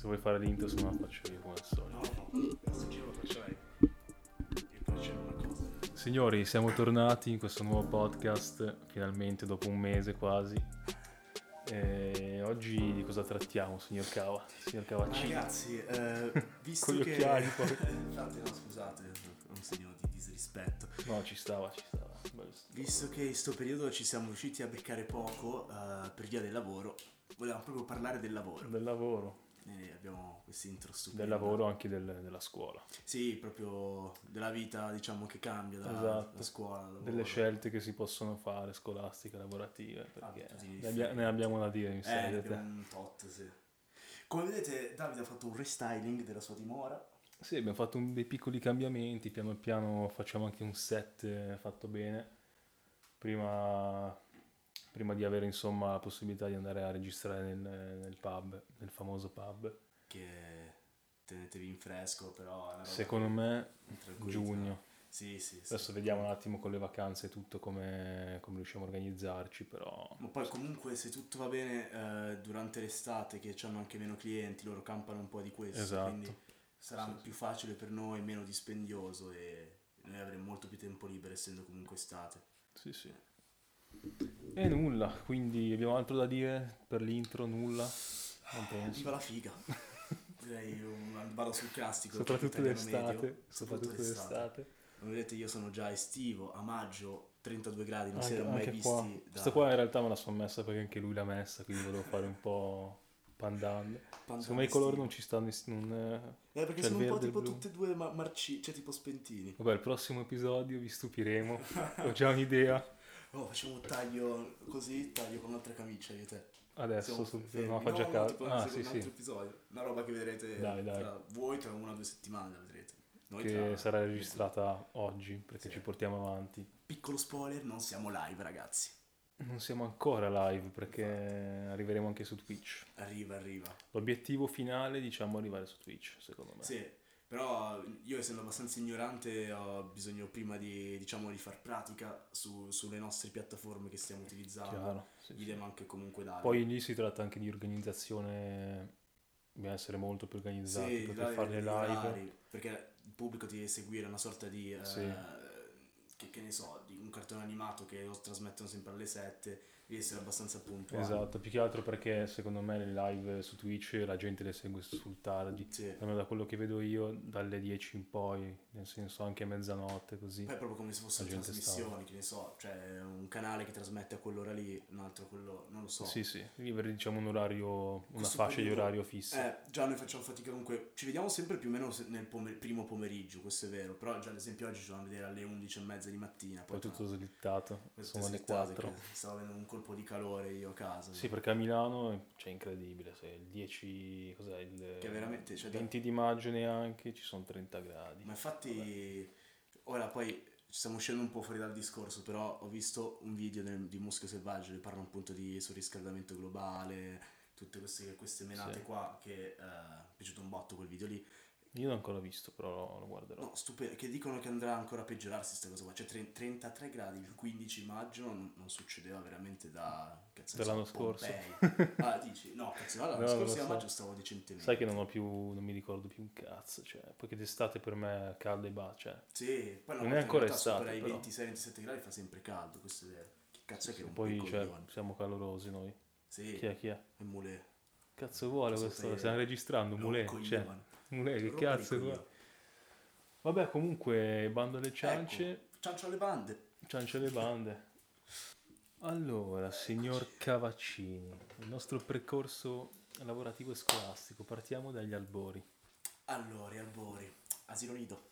vuoi fare l'intro, se no la faccio io come al solito. No, questo giro lo faccio lei. E poi c'è una cosa. Signori, siamo tornati in questo nuovo podcast, finalmente dopo un mese quasi. E oggi di cosa trattiamo, signor Cava? Signor Cavaccini? Ragazzi, visto Con gli che... occhiali poi. Infatti, no, scusate, è un segno di disrispetto. No, ci stava. Visto che in sto periodo ci siamo riusciti a beccare poco per via del lavoro, volevamo proprio parlare del lavoro. Del lavoro. Abbiamo questa intro stupenda. Del lavoro anche della scuola. Sì, proprio della vita, diciamo, che cambia da Esatto. scuola al lavoro. Delle scelte che si possono fare, scolastiche, lavorative, perché tutti ne abbiamo da dire in serie. abbiamo un tot, sì. Come vedete, Davide ha fatto un restyling della sua dimora. Sì, abbiamo fatto dei piccoli cambiamenti, piano piano facciamo anche un set fatto bene, prima di avere insomma la possibilità di andare a registrare nel pub, nel famoso pub. Che tenetevi in fresco, però è una roba Secondo me che tranquillizza. giugno. Sì. Adesso vediamo un attimo con le vacanze e tutto come riusciamo a organizzarci, però... Ma poi comunque se tutto va bene durante l'estate, che hanno anche meno clienti, loro campano un po' di questo, Esatto. quindi sarà più facile per noi, meno dispendioso e noi avremo molto più tempo libero essendo comunque estate. Sì. E nulla, quindi abbiamo altro da dire per l'intro? Nulla? Non penso. Viva la figa! Direi vado sul classico. Soprattutto italiano d'estate. medio. Soprattutto d'estate. Come vedete io sono già estivo, a maggio 32 gradi, non si erano mai Anche visti. qua. Questa qua in realtà me la sono messa perché anche lui l'ha messa, quindi volevo fare un po' pandan. Secondo me i colori non ci stanno, perché c'è sono il un po' verde e il tipo blu. tutte e due marci, cioè tipo spentini. Vabbè, il prossimo episodio vi stupiremo, ho già un'idea. Oh, facciamo un taglio così, taglio con un'altra camicia io e te. Adesso Siamo subito, fermi. no, fa già No, caldo. tipo Un un altro episodio. Una roba che vedrete Dai. tra 1 o 2 settimane, la vedrete. Noi Che sarà registrata oggi, perché Sì. ci portiamo avanti. Piccolo spoiler, non siamo live, ragazzi. Non siamo ancora live perché arriveremo anche su Twitch. Arriva. L'obiettivo finale, diciamo, è arrivare su Twitch, secondo me. Sì, però io essendo abbastanza ignorante ho bisogno prima di far pratica sulle nostre piattaforme che stiamo utilizzando. Chiaro, Idem anche comunque Davide. Poi lì si tratta anche di organizzazione, dobbiamo essere molto più organizzati per Davide, fare le gli live. orari, perché il pubblico ti deve seguire una sorta di Sì. che ne so, di un cartone animato che lo trasmettono sempre alle 7, devi essere abbastanza puntuale. Esatto, più che altro perché secondo me le live su Twitch la gente le segue sul tardi. Sì. Almeno da quello che vedo io, dalle 10 in poi, nel senso anche mezzanotte così. Poi è proprio come se fossero La gente trasmissioni, che ne so, cioè un canale che trasmette a quell'ora lì, un altro quello, non lo so. Sì, vivere diciamo un orario, una Questo fascia di periodo- orario fissa. Già noi facciamo fatica comunque, ci vediamo sempre più o meno nel primo pomeriggio, questo è vero, però già ad esempio oggi ci vanno a vedere alle 11:30 di mattina. Poi tra- tutto slittato, queste sono le slittate 4. che stavo avendo un colpo di calore io a casa. Sì, perché a Milano c'è incredibile, se il 10, cos'è, il Che veramente, cioè, 20 di maggio neanche, ci sono 30 gradi. Ma infatti, ora poi stiamo uscendo un po' fuori dal discorso, però ho visto un video di Muschio Selvaggio che parla appunto di surriscaldamento globale, tutte queste menate Sì. qua, che mi è piaciuto un botto quel video lì. Io non l'ho ancora visto, però lo guarderò. No, stupendo, che dicono che andrà ancora a peggiorarsi questa cosa qua, cioè 33 gradi il 15 maggio non succedeva veramente da... cazzo ne so, Dell'anno scorso. Pompei. Ah, dici? No, cazzo, no, l'anno No, non scorso lo a so. maggio stavo decentemente. Sai che non mi ricordo più un cazzo, cioè, perché d'estate per me è caldo e basta, cioè. Sì, poi Non è ancora estate, supera i però. 26-27 gradi fa sempre caldo, questo è vero. Che cazzo è che non Poi, puoi cioè, siamo calorosi noi. Sì, Chi è? è Moulet. Cazzo vuole Cosa questo? fai? Stiamo registrando, Moulet, cioè. Coglione. Moulet, che Rompa cazzo i vuole? coglioni. Vabbè, comunque, bando alle ciance, Ecco, ciancio alle bande. ciance alle bande. Allora, signor Cavaccini, il nostro percorso lavorativo e scolastico, partiamo dagli albori. Allora, Arbori, asilo nido.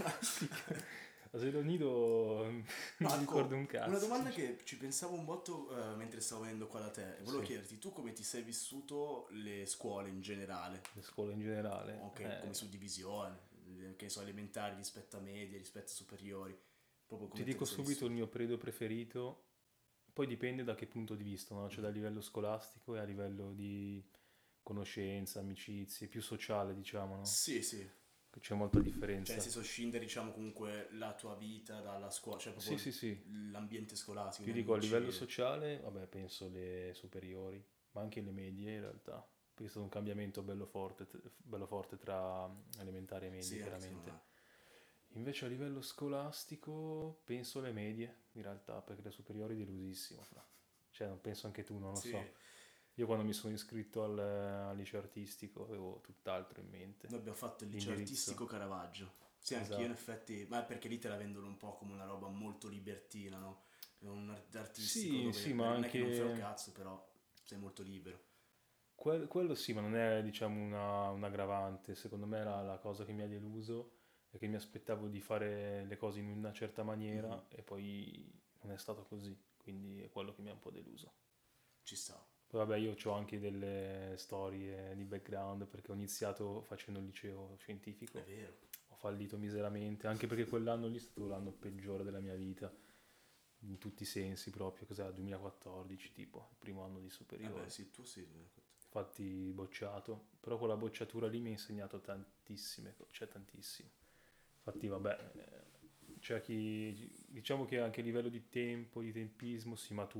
Asilo nido, non mi Marco, ricordo un cazzo. una domanda che ci pensavo un botto mentre stavo venendo qua da te. E volevo Sì. chiederti, tu come ti sei vissuto le scuole in generale? Le scuole in generale. Ok, come suddivisione, che ne so, elementari rispetto a medie, rispetto a superiori. Proprio come Ti te dico le sei subito il vissute? mio periodo preferito, poi dipende da che punto di vista, no? Cioè dal livello scolastico e a livello di conoscenza, amicizie, più sociale diciamo, no? Sì, sì. Che c'è molta Cioè, differenza. nel senso, scindere, diciamo, comunque la tua vita dalla scuola, cioè proprio Sì. l'ambiente scolastico. Ti gli dico a amici. livello sociale, vabbè, penso le superiori, ma anche le medie in realtà. Poi è stato un cambiamento bello forte tra elementari e medie, Sì, anche secondo chiaramente. me. Invece a livello scolastico penso alle medie, in realtà, perché le superiori delusissimo, fra. Cioè, non penso anche tu, non lo Sì, so. Io quando mi sono iscritto al liceo artistico avevo tutt'altro in mente. noi abbiamo fatto il liceo artistico L'indirizzo, Caravaggio. Sì, anch'io in esatto. effetti, ma è perché lì te la vendono un po' come una roba molto libertina, no? È un artistico Sì, dove sì, ma non è che non fai un anche cazzo, però sei molto libero. quello sì, ma non è, diciamo, un aggravante. Secondo me la cosa che mi ha deluso è che mi aspettavo di fare le cose in una certa Mhm, maniera e poi non è stato così, quindi è quello che mi ha un po' deluso. ci sta. Poi vabbè, io ho anche delle storie di background perché ho iniziato facendo il liceo È scientifico, vero. ho fallito miseramente, anche perché quell'anno lì è stato l'anno peggiore della mia vita, in tutti i sensi proprio, cos'era, 2014 tipo, il primo anno di Vabbè, superiori. sì, tu sì. Infatti bocciato, però quella bocciatura lì mi ha insegnato cioè tantissimo. Infatti vabbè, c'è chi, diciamo che anche a livello di tempo, di tempismo,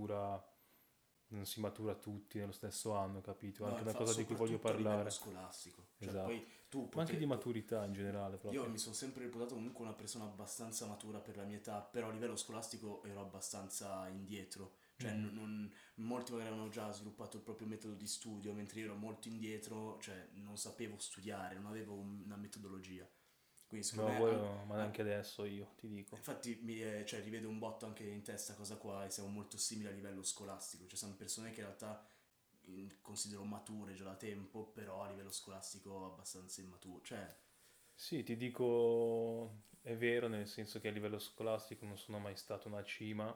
non si matura tutti nello stesso anno, capito? No, Anche una cosa di cui voglio soprattutto a livello parlare, scolastico. Cioè, poi esatto. tu Ma anche di potevi... maturità in generale Io proprio. mi sono sempre reputato comunque una persona abbastanza matura per la mia età, però a livello scolastico ero abbastanza indietro. Cioè, Mhm. molti magari avevano già sviluppato il proprio metodo di studio, mentre io ero molto indietro, cioè non sapevo studiare, non avevo una metodologia. Quindi secondo No, me, ma neanche adesso io, ti dico. infatti, cioè, rivedo un botto anche in testa cosa qua e siamo molto simili a livello scolastico. Cioè, sono persone che in realtà considero mature già da tempo, però a livello scolastico abbastanza immature. Cioè, Sì, ti dico, è vero, nel senso che a livello scolastico non sono mai stato una cima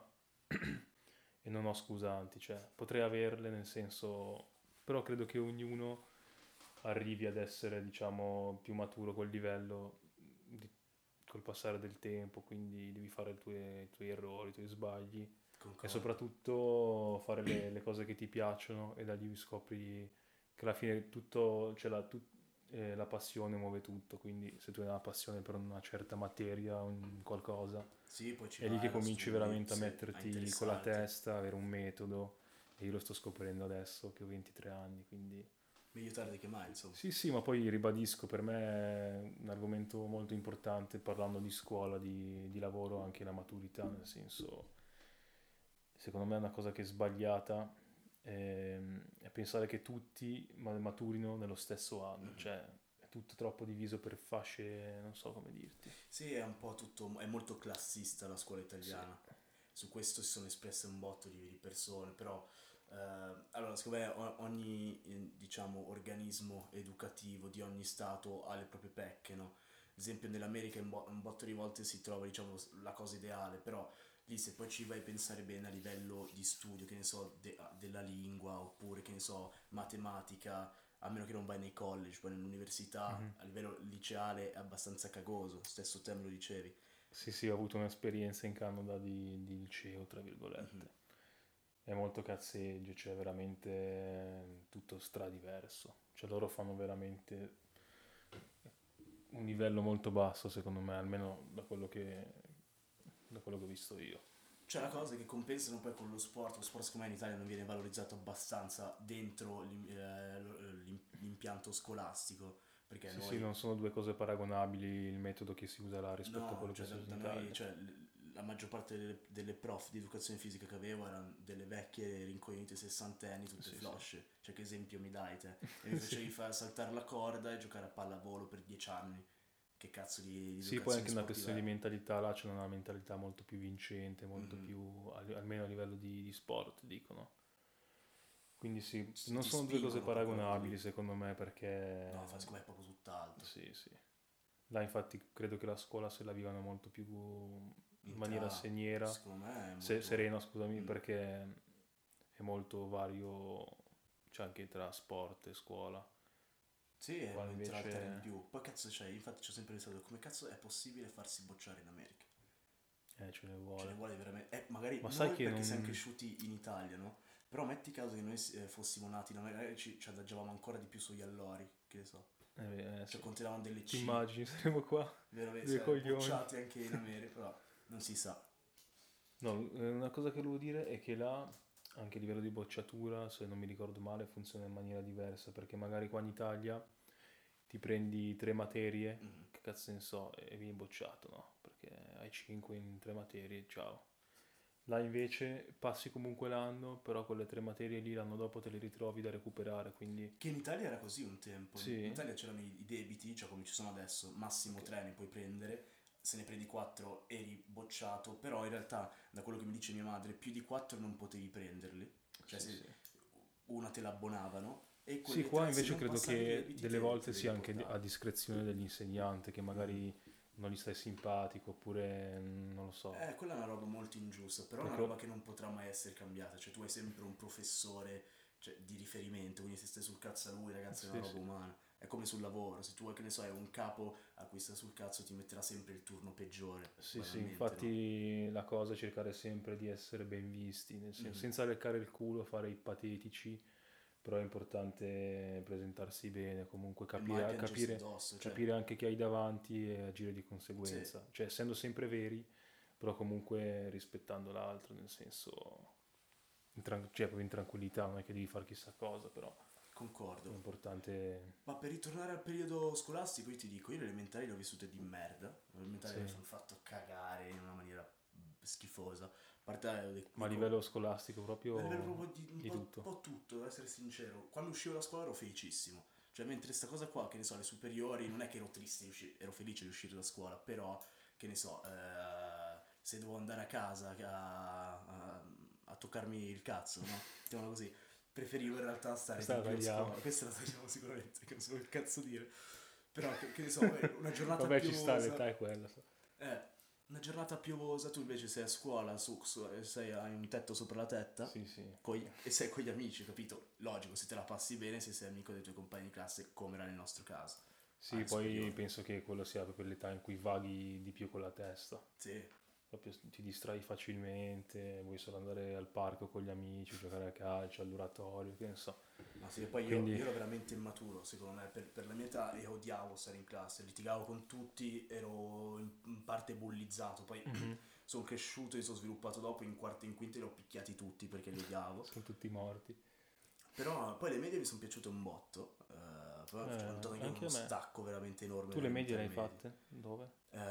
e non ho scusanti, cioè potrei averle nel senso, però credo che ognuno arrivi ad essere, diciamo, più maturo a quel livello col passare del tempo, quindi devi fare i tuoi errori, i tuoi sbagli e concordo. soprattutto fare le cose che ti piacciono e da lì scopri che alla fine tutto, cioè la passione muove tutto, quindi se tu hai una passione per una certa materia, un qualcosa, Sì, poi ci è lì che vai, la cominci studi, veramente a sì, a metterti con la interessarti. testa, avere un metodo e io lo sto scoprendo adesso che ho 23 anni, quindi Meglio tardi che mai, insomma. sì, sì, ma poi ribadisco, per me è un argomento molto importante parlando di scuola, di lavoro, anche la maturità, nel senso, secondo me è una cosa che è sbagliata, è pensare che tutti maturino nello stesso anno, Mhm. cioè è tutto troppo diviso per fasce, non so come dirti. Sì, è un po' tutto, è molto classista la scuola Sì. italiana. Su questo si sono espresse un botto di persone, però allora, secondo me ogni diciamo, organismo educativo di ogni stato ha le proprie pecche, no? Ad esempio nell'America un botto di volte si trova diciamo, la cosa ideale, però lì se poi ci vai a pensare bene a livello di studio, che ne so, della lingua oppure che ne so, matematica, a meno che non vai nei college, poi nell'università, Mhm. a livello liceale è abbastanza cagoso, stesso te me lo dicevi. Sì, sì, ho avuto un'esperienza in Canada di liceo, tra Mhm. virgolette. È molto cazzeggio, cioè veramente tutto stradiverso. Cioè loro fanno veramente un livello molto basso, secondo me, almeno da quello che ho visto io. C'è la cosa che compensano poi con lo sport secondo me in Italia non viene valorizzato abbastanza dentro l'impianto scolastico, perché Sì, sì, noi, non sono due cose paragonabili il metodo che si usa là rispetto a no, quello che cioè si usa da in noi, Italia. cioè la maggior parte delle prof di educazione fisica che avevo erano delle vecchie rincoglionite sessantenni, tutte Sì, sì. flosce, cioè che esempio mi dai te? E mi Sì. facevi far saltare la corda e giocare a pallavolo per 10 anni, che cazzo di Sì, poi educazione anche una sportiva questione di è? mentalità, là c'è una mentalità molto più vincente, molto Mhm. più, almeno a livello di sport, dicono. Quindi sì, non Ti sono due cose spingono proprio a paragonabili quello. secondo me No, perché secondo me è proprio tutt'altro. sì, sì. Là infatti credo che la scuola se la vivano molto più in maniera Intra, segnera, secondo me è molto... serena, scusami, mm, perché è molto vario, cioè anche tra sport e scuola. sì, è Qua un'entrata altera in invece più. Poi cazzo c'è, infatti ci ho sempre pensato come cazzo è possibile farsi bocciare in America? ce ne Ce ne vuole. vuole veramente... magari Ma sai noi che perché siamo non... cresciuti in Italia, no? Però metti caso che noi fossimo nati in America, magari ci adagiavamo ancora di più sugli allori, che ne so. Cioè sì. contenevamo delle Ti C, immagini, saremo qua, veramente, due cioè coglioni. bocciati anche in America, però non si sa. No, una cosa che volevo dire è che là anche a livello di bocciatura, se non mi ricordo male, funziona in maniera diversa, perché magari qua in Italia ti prendi 3 materie, Mhm. che cazzo ne so, e vieni bocciato, no? Perché hai 5 in 3 materie, ciao. Là invece passi comunque l'anno, però quelle 3 materie lì l'anno dopo te le ritrovi da recuperare, quindi Che in Italia era così un tempo. In sì, Italia c'erano i debiti, cioè come ci sono adesso, massimo ok. 3 ne puoi prendere, se ne prendi 4 eri bocciato, però in realtà, da quello che mi dice mia madre, più di 4 non potevi prenderli, cioè Sì, se sì. una te l'abbonavano e Sì, quelle qua 3 se invece non credo passavi i che debiti delle te volte le sia anche a riportavi. discrezione dell'insegnante, che Mm. magari non gli stai simpatico, oppure non lo so. Quella è una roba molto ingiusta, però è una Perché roba che non potrà mai essere cambiata, cioè tu hai sempre un professore, cioè, di riferimento, quindi se stai sul cazzo a lui, ragazzi, è una sì, roba sì. umana. È come sul lavoro, se tu, che ne so, hai un capo a cui stai sul cazzo ti metterà sempre il turno peggiore, Sì, sì, banalmente, no? infatti la cosa è cercare sempre di essere ben visti, nel senso, Mhm. senza leccare il culo, fare i patetici, però è importante presentarsi bene, comunque E mai capire, piangersi capire, addosso, cioè, capire anche chi hai davanti e agire di sì. conseguenza, cioè essendo sempre veri, però comunque rispettando l'altro, nel senso, cioè proprio in tranquillità, non è che devi fare chissà cosa, però è Concordo. importante, Ma per ritornare al periodo scolastico, io ti dico, io le elementari le ho vissute di merda. Le elementari sì. mi sono fatto cagare in una maniera schifosa. A parte, Ma a livello scolastico a livello proprio proprio di di un tutto. po' tutto, devo essere sincero. Quando uscivo da scuola ero felicissimo. Cioè, mentre sta cosa qua, che ne so, le superiori, non è che ero triste, ero felice di uscire da scuola, però, che ne so, se devo andare a casa a toccarmi il cazzo, no? Mettiamola così. Preferivo in realtà stare Questa di la più a tagliamo. scuola. Questa la tagliamo sicuramente, che non so che cazzo dire. Però, che ne so, una giornata Vabbè, ci sta, l'età piovosa. è quella. Eh, una giornata piovosa, tu invece sei a scuola, hai un tetto sopra la testa Sì, sì. e sei con gli amici, capito? Logico, se te la passi bene, se sei amico dei tuoi compagni di classe, come era nel nostro caso, Sì, alle poi superiori. penso che quello sia proprio l'età in cui vaghi di più con la testa. Sì, Proprio ti distrai facilmente, vuoi solo andare al parco con gli amici, giocare a calcio, all'oratorio, che ne so. ma sì, poi Quindi, io ero veramente immaturo, secondo me, per la mia età e odiavo stare in classe, litigavo con tutti, ero in parte bullizzato, poi mhm, sono cresciuto e sono sviluppato dopo, in quarta e in quinta li ho picchiati tutti perché li odiavo. sono tutti morti. Però poi le medie mi sono piaciute un botto, però ho notato anche Anche uno a me. stacco veramente enorme Tu le dalle medie le hai intermedie. fatte? Dove?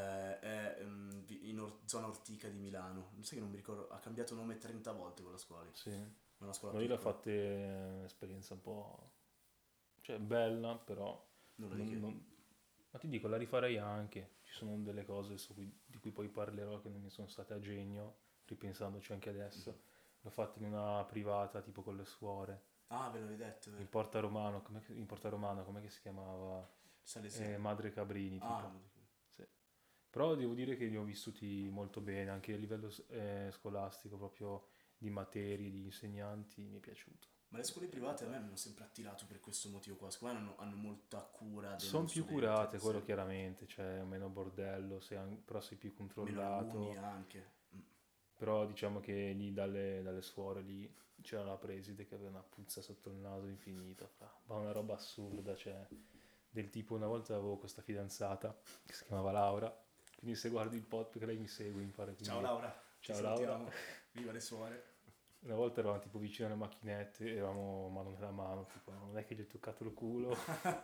È in zona Ortica di Milano, non sai che non mi ricordo, ha cambiato nome 30 volte quella scuola lì, Sì. è una scuola Noi le ho piccola, fatte un'esperienza un po'. Cioè, bella, però. nulla di non- che. non- Ma ti dico, la rifarei anche. Ci sono delle cose di cui poi parlerò che non mi sono state a genio, ripensandoci anche Mhm. adesso. L'ho fatta in una privata, tipo con le suore. Ah, ve l'avevi detto, In vero? Porta Romano, in Porta Romana, com'è che si chiamava? Salesiano. Madre Cabrini, Ah, tipo. Sì. Però devo dire che li ho vissuti molto bene, anche a livello scolastico, proprio di materie, di insegnanti, mi è piaciuto. ma le scuole private a me mi hanno sempre attirato per questo motivo qua, secondo me hanno molta cura dello Sono più studente, curate, sì. quello chiaramente, c'è meno bordello, però sei più Meno alunni controllato. anche. Mm. Però diciamo che lì dalle suore lì c'era la preside che aveva una puzza sotto il naso infinita, ma una roba assurda, cioè del tipo una volta avevo questa fidanzata che si chiamava Laura, quindi se guardi il pod perché lei mi segue mi pare, Ciao quindi Laura, ti ciao Laura. salutiamo, viva le suore. Una volta eravamo tipo vicino alle macchinette, eravamo mano nella mano, tipo non è che gli ho toccato il culo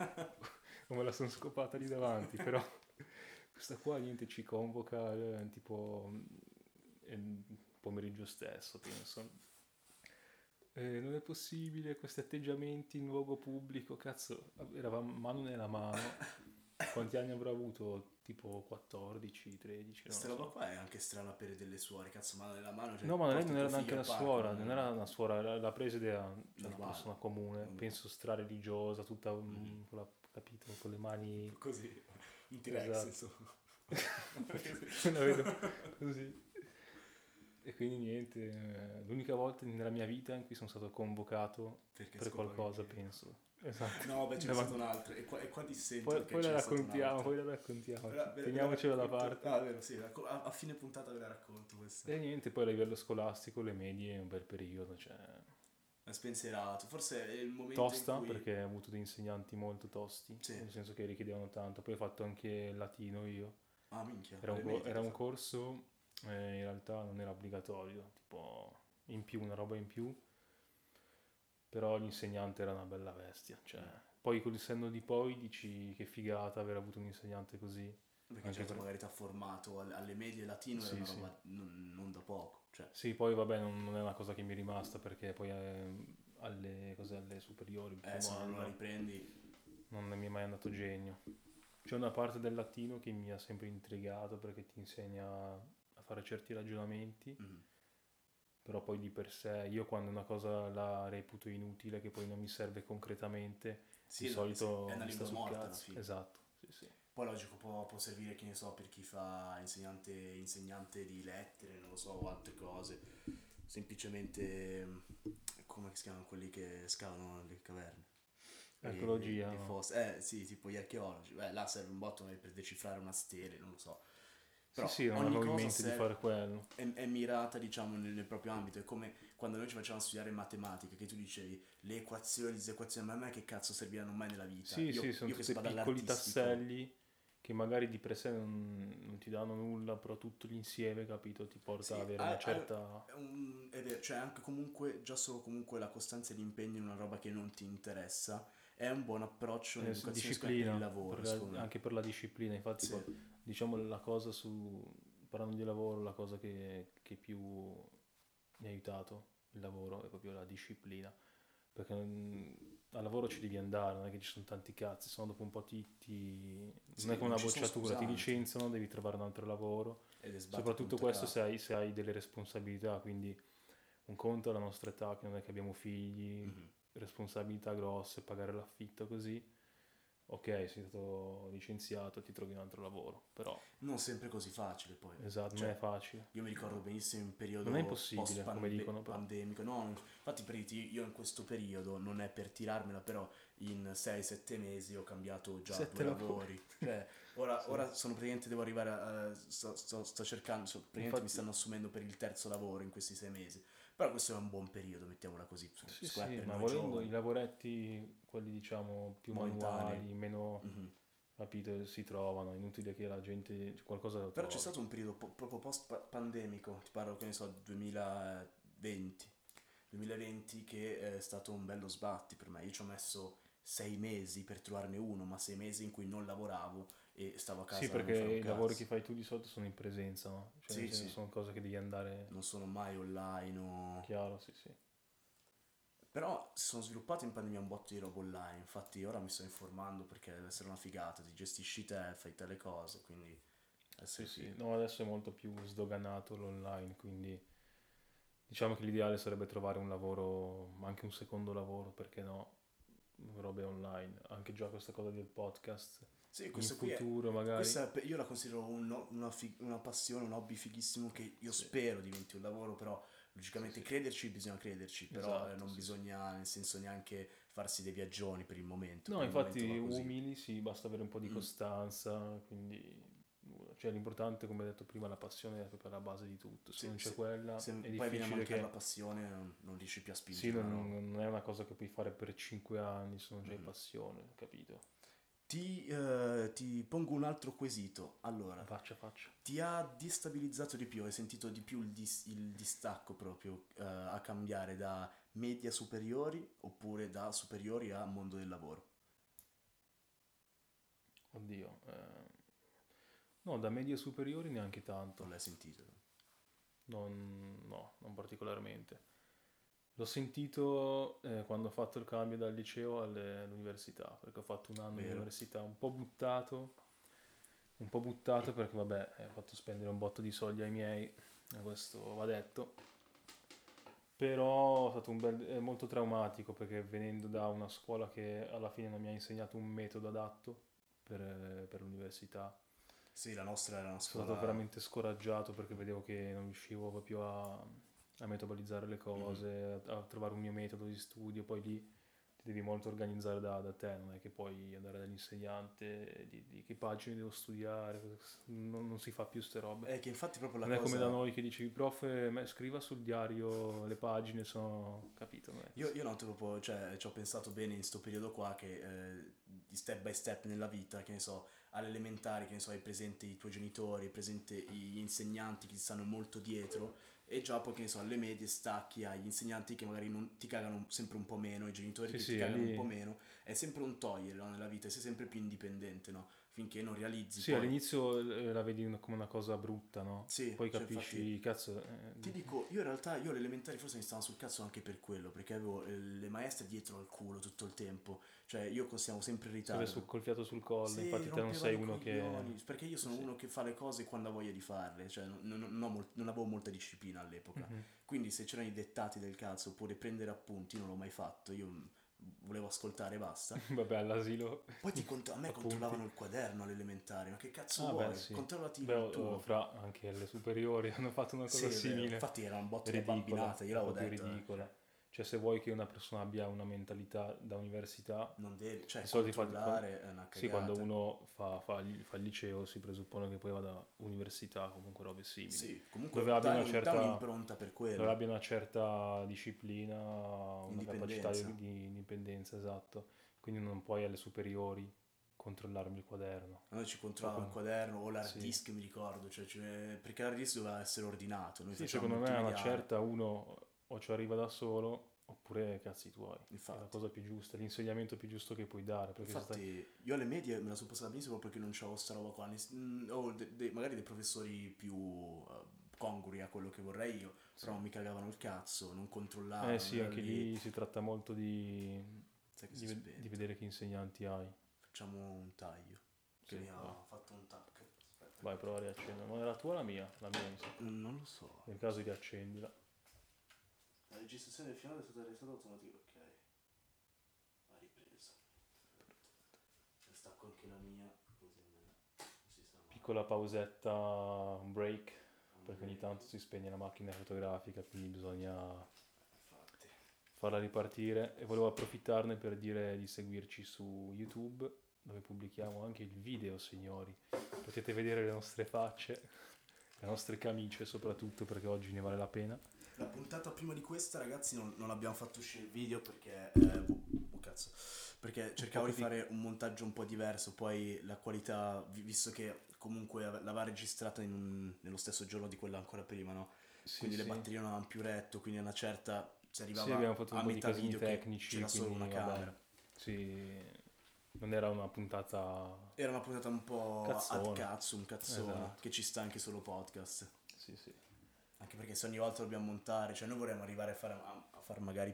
o me la sono scopata lì davanti, però questa qua niente ci convoca tipo pomeriggio stesso, penso. Non è possibile questi atteggiamenti in luogo pubblico, cazzo, eravamo mano nella mano. Quanti anni avrò avuto? Tipo 14, 13, non lo Questa roba so. qua è anche strana per delle suore, cazzo, mano nella mano, cioè No, ma lei porti non tuo era neanche figlio al una parco, suora, non non è era una suora, era la preside, era cioè, una normale. persona comune, penso stra-religiosa, tutta, Mhm. capito, con le mani. Così, un T-Rex, Esatto, insomma. la vedo così. E quindi niente, l'unica volta nella mia vita in cui sono stato convocato Perché per scopavi il qualcosa, piede. penso. Esatto. No, beh, ce n'è stato Davanti. un altro, e qua dissento Poi, perché poi ce la n'è stato un raccontiamo, altro. poi la raccontiamo, Ve la teniamocela da racconto. parte. Ah, vero, sì, a fine puntata ve la racconto questa. E niente, poi a livello scolastico le medie è un bel periodo, cioè È spensierato, forse è il momento in tosta cui... perché ho avuto dei insegnanti molto tosti, Sì. nel senso che richiedevano tanto, poi ho fatto anche il latino io, Ah, minchia, era un, alle co- medie era tu un corso, in realtà non era obbligatorio, tipo in più, una roba in più, però l'insegnante era una bella bestia, cioè, poi col senno di poi dici che figata aver avuto un insegnante così. Perché Anche certo per... magari ti ha formato alle medie latino era Sì, una sì. roba non da poco, cioè. Sì, poi vabbè non è una cosa che mi è rimasta perché poi alle superiori, il primo Se non la anno, riprendi. non mi è mai andato genio. C'è una parte del latino che mi ha sempre intrigato perché ti insegna a fare certi ragionamenti, Mhm. però poi di per sé io quando una cosa la reputo inutile, che poi non mi serve concretamente, di Sì, no, sì, è solito una mi sta lingua sul morta alla cazzo. fine. Esatto, sì, sì. Poi logico può servire, che ne so, per chi fa insegnante di lettere, non lo so, o altre cose. Semplicemente, come si chiamano quelli che scavano le caverne? Archeologia, Le no? fosse, sì, tipo gli archeologi. Beh, là serve un botto magari per decifrare una stele, non lo so. Sì, Però sì, non ogni avevo in cosa mente di fare quello. è mirata, diciamo, nel proprio ambito. È come quando noi ci facevamo studiare matematica, che tu dicevi le equazioni, le disequazioni, ma a me che cazzo serviranno mai nella vita? Sì, sì, sono Io che tutti sto piccoli dall'artistico. tasselli che magari di per sé non ti danno nulla, però tutto l'insieme, capito, ti porta ad Sì, avere una certa... è vero, cioè anche comunque, già solo comunque la costanza e l'impegno in una roba che non ti interessa è un buon approccio, un'educazione secondo me, per il disciplina, lavoro, secondo me. anche per la disciplina. Infatti, Sì, diciamo la cosa su, parlando di lavoro, la cosa che più mi ha aiutato il lavoro è proprio la disciplina. Perché al lavoro ci devi andare, non è che ci sono tanti cazzi, se no dopo un po' non è sì, come non una ci sono bocciatura, ti scusanti licenziano, devi trovare un altro lavoro. ed è sbatti Soprattutto punto e questo capo. se hai delle responsabilità, quindi un conto alla nostra età, che non è che abbiamo figli, Mhm. responsabilità grosse, pagare l'affitto così. Ok, sei stato licenziato, ti trovi un altro lavoro, però Non sempre così facile poi. esatto, non è Cioè, facile. io mi ricordo benissimo in Non è periodo impossibile, come dicono però. pandemico, no, infatti per dirti, io in questo periodo, non è per tirarmela, però in 6-7 mesi ho cambiato già due 7 lavori. lavori. Cioè, ora, Sì. ora sono praticamente, devo arrivare sto cercando, praticamente mi Infatti, stanno assumendo per il terzo lavoro in questi 6 mesi. Però questo è un buon periodo, mettiamola così, sì, secondo me sì, per ma noi volendo i giovani, lavoretti, quelli diciamo più momentanei. manuali, meno, Mhm. capito, si trovano, è inutile che la gente qualcosa lo Però c'è trovi. stato un periodo proprio post-pandemico, ti parlo che ne so, 2020, 2020 che è stato un bello sbatti per me. Io ci ho messo 6 mesi per trovarne uno, ma 6 mesi in cui non lavoravo e stavo a Sì, casa a perché non fare un i lavori che cazzo. fai tu di solito sono in presenza, no? Cioè, nel Sì, senso, sì, sono cose che devi andare non sono mai online chiaro, sì, sì. Però si sono sviluppate in pandemia un botto di roba online, infatti ora mi sto informando perché deve essere una figata, ti gestisci te, fai te le cose, quindi deve Sì, essere sì. figo. No, adesso è molto più sdoganato l'online, quindi diciamo che l'ideale sarebbe trovare un lavoro, anche un secondo lavoro, perché no, robe online. Anche già questa cosa del podcast, Sì, in questo qui è. futuro magari. Questa io la considero una passione, un hobby fighissimo che io Sì, spero diventi un lavoro, però sì, logicamente sì. crederci bisogna crederci, però Esatto, non sì, sì. bisogna nel senso neanche farsi dei viaggioni No, per il momento infatti va così. umili, sì, basta avere un po' di Mm. costanza, quindi cioè, l'importante, come hai detto prima, la passione è proprio la base di tutto. Se Sì, non c'è sì. quella, Se è poi viene a difficile mancare la che... passione non riesci più a Sì, spingere una roba. non è una cosa che puoi fare per 5 anni se non c'hai Mhm. passione, capito? Ti pongo un altro quesito. Allora, Faccia, faccia. ti ha destabilizzato di più? Hai sentito di più il distacco proprio a cambiare da media superiori oppure da superiori a mondo del lavoro? Oddio. No, da medie superiori neanche Non tanto. l'hai sentito? No, non particolarmente. L'ho sentito quando ho fatto il cambio dal liceo all'università, perché ho fatto un anno di Vero? università un po' buttato perché vabbè, ho fatto spendere un botto di soldi ai miei, e questo va detto. Però è stato è molto traumatico perché venendo da una scuola che alla fine non mi ha insegnato un metodo adatto per l'università, Sì, la nostra era una sono stato scuola. veramente scoraggiato perché vedevo che non riuscivo proprio a metabolizzare le Mhm. cose, a trovare un mio metodo di studio, poi lì ti devi molto organizzare da te, non è che puoi andare dall'insegnante di che pagine devo studiare, non si fa più ste robe. È che infatti proprio la Non è come da cosa. noi che dicevi, prof, scriva sul diario le pagine, sono capito, non è così. Io noto proprio, cioè, ci ho pensato bene in sto periodo qua che di step by step nella vita, che ne so, alle elementari, che ne so, hai presente i tuoi genitori, hai presente gli insegnanti che ti stanno molto dietro E già poi che ne so, alle medie stacchi agli insegnanti che magari non ti cagano sempre un po' meno, i genitori Sì, che sì, ti è cagano un lì. po' meno, è sempre un togliere, no, nella vita, sei sempre più indipendente, no? Finché non realizzi Sì, poi. all'inizio la vedi come una cosa brutta, no? Sì, Poi cioè infatti capisci, cazzo, ti dico, io in realtà, io alle elementari forse mi stavano sul cazzo anche per quello, perché avevo le maestre dietro al culo tutto il tempo, cioè io siamo sempre in serve ritardo. col fiato sul collo, Sì, infatti te non sei rompevano i uno che... coglioni, perché io Sì, sono sì. uno che fa le cose quando ha voglia di farle, cioè non avevo molta disciplina all'epoca, Mhm. quindi se c'erano i dettati del cazzo oppure prendere appunti, non l'ho mai fatto, io volevo ascoltare e basta. Vabbè, all'asilo, Poi a me appunti. controllavano il quaderno alle elementari, ma che cazzo Ah beh, vuoi? sì. Controllati Beh, il tuo. fra anche alle superiori hanno fatto una Sì, cosa è vero, simile, infatti era un botto da ridicola, bambinata, io è l'avevo proprio detto, ridicola. Cioè, se vuoi che una persona abbia una mentalità da università, non devi, cioè di solito infatti, controllare è una sì, quando cagata. uno fa il liceo si presuppone che poi vada università, comunque robe simili, Sì, comunque dove abbia dà un'impronta per dove quello, abbia una certa disciplina, una capacità indipendenza. di indipendenza, esatto. Quindi non puoi alle superiori controllarmi il quaderno. A noi ci O controllava il come... quaderno o l'hard Sì. disk, mi ricordo, perché l'hard disk doveva essere ordinato, noi Sì, facevamo secondo me a una multimediale, certa uno o ci arriva da solo oppure cazzi tuoi. È la infatti. cosa più giusta, l'insegnamento più giusto che puoi dare, perché se stai... Infatti io alle medie me la sono passata benissimo perché non c'avevo sta roba qua, o magari dei professori più congrui a quello che vorrei io, Sì. però non mi cagavano il cazzo, non Eh controllavano, sì, era anche lì, lì si tratta molto sai che si è di spento, vedere che insegnanti hai. facciamo un taglio, che Sì, mi vai. ha fatto un tac, aspetta Vai, che prova a riaccendere. Ma è la tua o la mia? La mia mi sa. non lo so, Nel caso riaccendila. la registrazione del finale è stata realizzata automaticamente, ok, ha ripreso, e stacco anche la mia, così almeno non si sa mai, Piccola pausetta, un break, un perché ogni break, tanto si spegne la macchina fotografica, quindi bisogna infatti. farla ripartire. E volevo approfittarne per dire di seguirci su YouTube, dove pubblichiamo anche il video, signori. Potete vedere le nostre facce, le nostre camicie soprattutto, perché oggi ne vale la pena. La puntata prima di questa, ragazzi, non abbiamo fatto uscire il video perché. Cazzo. Perché Un po' cercavo di così. fare un montaggio un po' diverso. Poi la qualità, visto che comunque l'aveva registrata nello stesso giorno di quella ancora prima, no? Sì, Quindi le sì. batterie non avevano più retto. Quindi a una certa si Sì, abbiamo arrivava fatto un a po' di metà casini video che tecnici, c'era solo una quindi vabbè. camera. Sì, non era una puntata Era una puntata un po' ad cazzona. cazzo, un cazzone, Esatto. che ci sta anche solo podcast. Sì, sì. Anche perché se ogni volta dobbiamo montare, cioè noi vorremmo arrivare a fare magari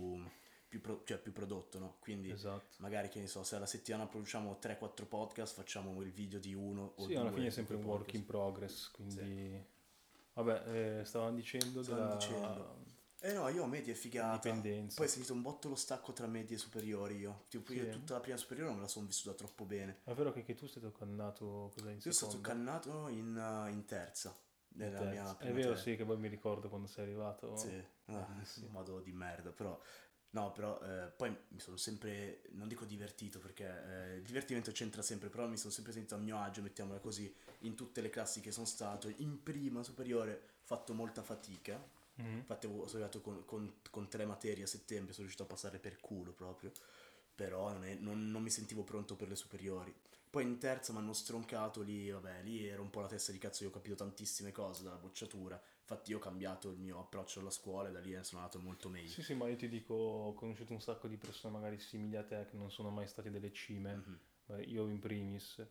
cioè più prodotto, no? Quindi Esatto. magari, che ne so, se alla settimana produciamo 3-4 podcast, facciamo il video di uno o Sì, alla fine è due di sempre quei un work podcast. in progress, Sì, quindi... Vabbè, stavamo dicendo stavamo dicendo. della Eh no, io ho medie figata. Poi indipendenza. ho sentito un botto lo stacco tra medie e superiori io. Tipo Sì, io è tutta la prima superiore non me la sono vissuta troppo bene. vero che anche tu sei stato cannato, cos'è, in Io sono stato seconda? cannato in terza, In nella mia terza. È prima vero, terza. sì, che poi mi ricordo quando sei Sì, arrivato, un bellissimo. modo di merda, però. No, però poi mi sono sempre, non dico divertito perché il divertimento c'entra sempre, però mi sono sempre sentito a mio agio, mettiamola così, in tutte le classi che sono stato. In prima superiore ho fatto molta fatica, Mhm. infatti sono arrivato con 3 materie a settembre, sono riuscito a passare per culo proprio, però non mi sentivo pronto per le superiori. Poi in terza mi hanno stroncato lì, vabbè, lì era un po' la testa di cazzo, io ho capito tantissime cose dalla bocciatura, infatti io ho cambiato il mio approccio alla scuola e da lì sono andato molto meglio. Sì, sì, ma io ti dico, ho conosciuto un sacco di persone magari simili a te che non sono mai state delle cime, Mhm. io in primis,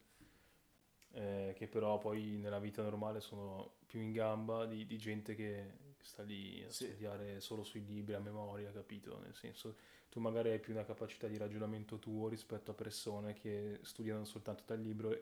che però poi nella vita normale sono più in gamba di gente che sta lì a Sì, studiare solo sui libri a memoria, capito? Nel senso, tu magari hai più una capacità di ragionamento tuo rispetto a persone che studiano soltanto dal libro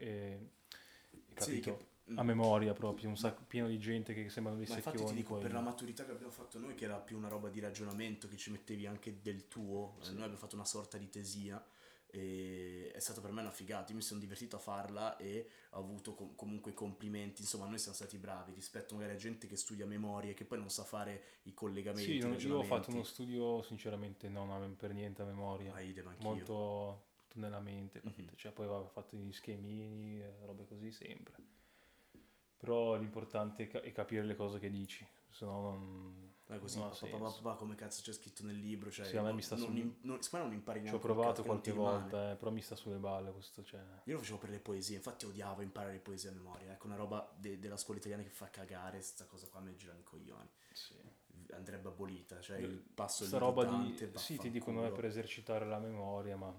sì, capito? A memoria proprio, un ma, sacco pieno di gente che sembrano dei ma infatti ti secchioni, dico, per la poi... maturità che abbiamo fatto noi, che era più una roba di ragionamento, che ci mettevi anche del tuo, noi Sì. abbiamo fatto una sorta di tesina, e è stata per me una figata, io mi sono divertito a farla e ho avuto comunque complimenti, insomma noi siamo stati bravi rispetto magari a gente che studia a memoria e che poi non sa fare i Sì, collegamenti, i io ho fatto uno ragionamenti, studio sinceramente non per niente a memoria, ma idem anch'io. molto tutto nella mente, Mhm. capito? Cioè poi avevo fatto gli schemini, robe così sempre. Però l'importante è capire le cose che dici, se no Così, non ha senso. come cazzo c'è scritto nel libro, Sì, cioè, a me mi sta su... secondo me non impari Ci ho neanche un cazzo, provato che non ti qualche rimane. volta, però mi sta sulle balle questo, cioè... Io lo facevo per le poesie, infatti odiavo imparare poesie a memoria, ecco, una roba della scuola italiana che fa cagare, sta cosa qua mi gira i coglioni. Sì. Andrebbe abolita, cioè il passo Sta lì di roba di... Dante, Sì, ti dicono è per vaffanculo. esercitare la memoria, ma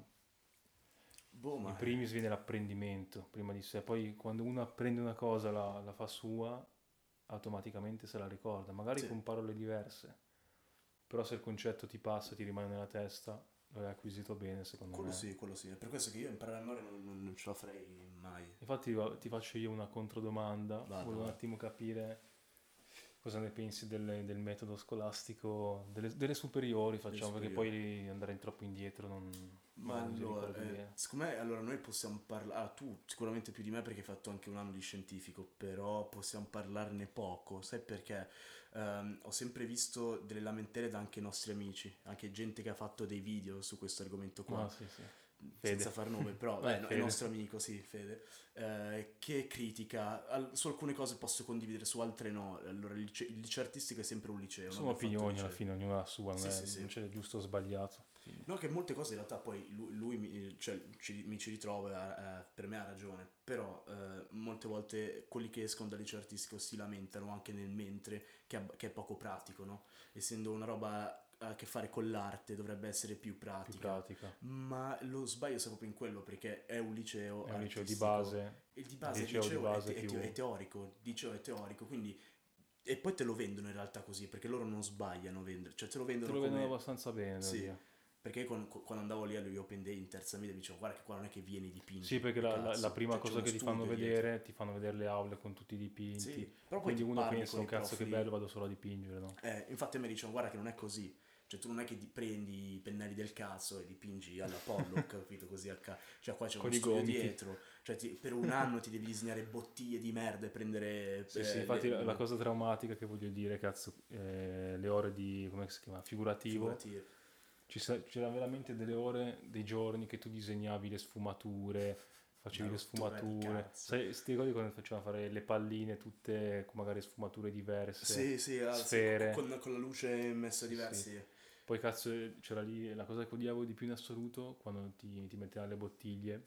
Boh, in ma primis viene l'apprendimento, prima di sé. Poi quando uno apprende una cosa, la fa sua, automaticamente se la ricorda, magari sì, con parole diverse. Però se il concetto ti passa, ti rimane nella testa, lo hai acquisito bene, secondo me. quello sì, è per questo che io imparare a memoria non ce la farei mai. Infatti ti faccio io una controdomanda, Vada, volevo un va, attimo capire cosa ne pensi del metodo scolastico, delle superiori delle facciamo, perché superiori. poi andare troppo indietro Ma magari non ti allora, ricordi bene. secondo me, allora noi possiamo parlare, tu sicuramente più di me perché hai fatto anche un anno di scientifico, però possiamo parlarne poco, sai perché? Ho sempre visto delle lamentele da anche i nostri amici, anche gente che ha fatto dei video su questo argomento qua, Ah sì sì, senza Fede. far nome, però Vai no, è Fede. nostro amico, sì, Fede, che critica, su alcune cose posso condividere, su altre no. Allora, il liceo artistico è sempre un liceo, no? Sono Abbiamo fatto il opinioni alla liceo. fine, ognuno ha la sua, Sì, sì, non sì. c'è giusto o sbagliato. Quindi. No, che molte cose in realtà poi lui cioè, mi ci ritrovo, per me ha ragione, però molte volte quelli che escono dal liceo artistico si lamentano anche nel mentre che è poco pratico, no? Essendo una roba a che fare con l'arte dovrebbe essere più Più pratica, pratica. ma lo sbaglio sta proprio in quello perché è un liceo È un liceo di artistico base, e di il base il liceo di liceo base più... è teorico, il liceo è teorico, quindi... E poi te lo vendono in realtà così, perché loro non sbagliano a vendere, cioè te lo Te vendono lo vendono come... abbastanza bene, devo Sì, dire. perché io quando andavo lì agli Open Day in terza media mi dicevo guarda che qua non è che vieni e Sì, dipingi perché e la cazzo, prima cioè c'è cosa uno che studio dietro. ti fanno vedere le aule con tutti i dipinti, Sì, e però poi quindi ti uno parli pensa, con oh i cazzo prof che lì. bello, vado solo a dipingere, no? Infatti a me dicevano guarda che non è così. Cioè tu non è che prendi i pennelli del cazzo e dipingi alla Pollock, capito? Così cioè qua c'è uno Con i studio gomiti. dietro. Cioè per un anno ti devi disegnare bottiglie di merda e prendere Sì, sì, infatti la cosa traumatica che voglio dire, cazzo, le ore di, come si chiama, figurativo, figurative. c'erano veramente delle ore, dei giorni che tu disegnavi le sfumature, Una facevi le rottura di sfumature, cazzo. sai, sti ricordi quando facevano fare le palline tutte con magari sfumature diverse, Sì, sì, sì, sfere, con la luce messa sì, sì. diversi. Poi cazzo c'era lì la cosa che odiavo di più in assoluto quando ti mettevano le bottiglie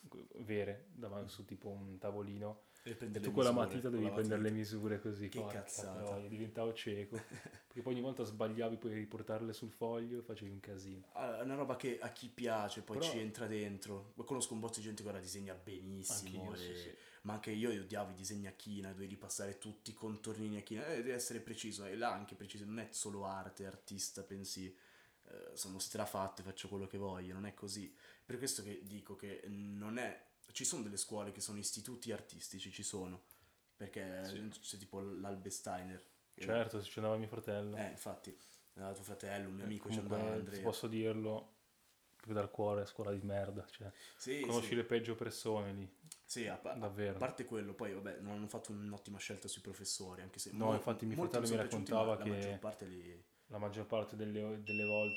vere davanti su tipo un tavolino E e prendere le tu con la misure, matita con devi la prendere le matita. misure così, Che porca cazzata. troia, diventavo cieco. Perché poi ogni volta sbagliavi, poi riportarle sul foglio e facevi un casino. È una roba che a chi piace poi Però ci entra dentro. Conosco un botto di gente che ora disegna benissimo, anch'io, sì, sì. ma anche io odiavo i disegni a china, dovevi passare tutti i contornini a china, deve essere preciso, e là anche preciso, non è solo arte, artista, pensi, sono strafatto e faccio quello che voglio, non è così. Per questo che dico che non è... Ci sono delle scuole che sono istituti artistici, ci sono, Sì. perché c'è tipo l'Albesteiner, Certo, se ci andava mio fratello. infatti, tuo fratello, un mio amico ci andava, Comunque, se Andrea. posso dirlo, più dal cuore, scuola di merda. Cioè, Sì, conosci sì. le peggio persone lì, Sì, a davvero. parte quello, poi vabbè, non hanno fatto un'ottima scelta sui professori, anche se No, infatti mio molti mi fratello mi sono piaciuti, ma raccontava la maggior che parte li... la maggior parte delle volte...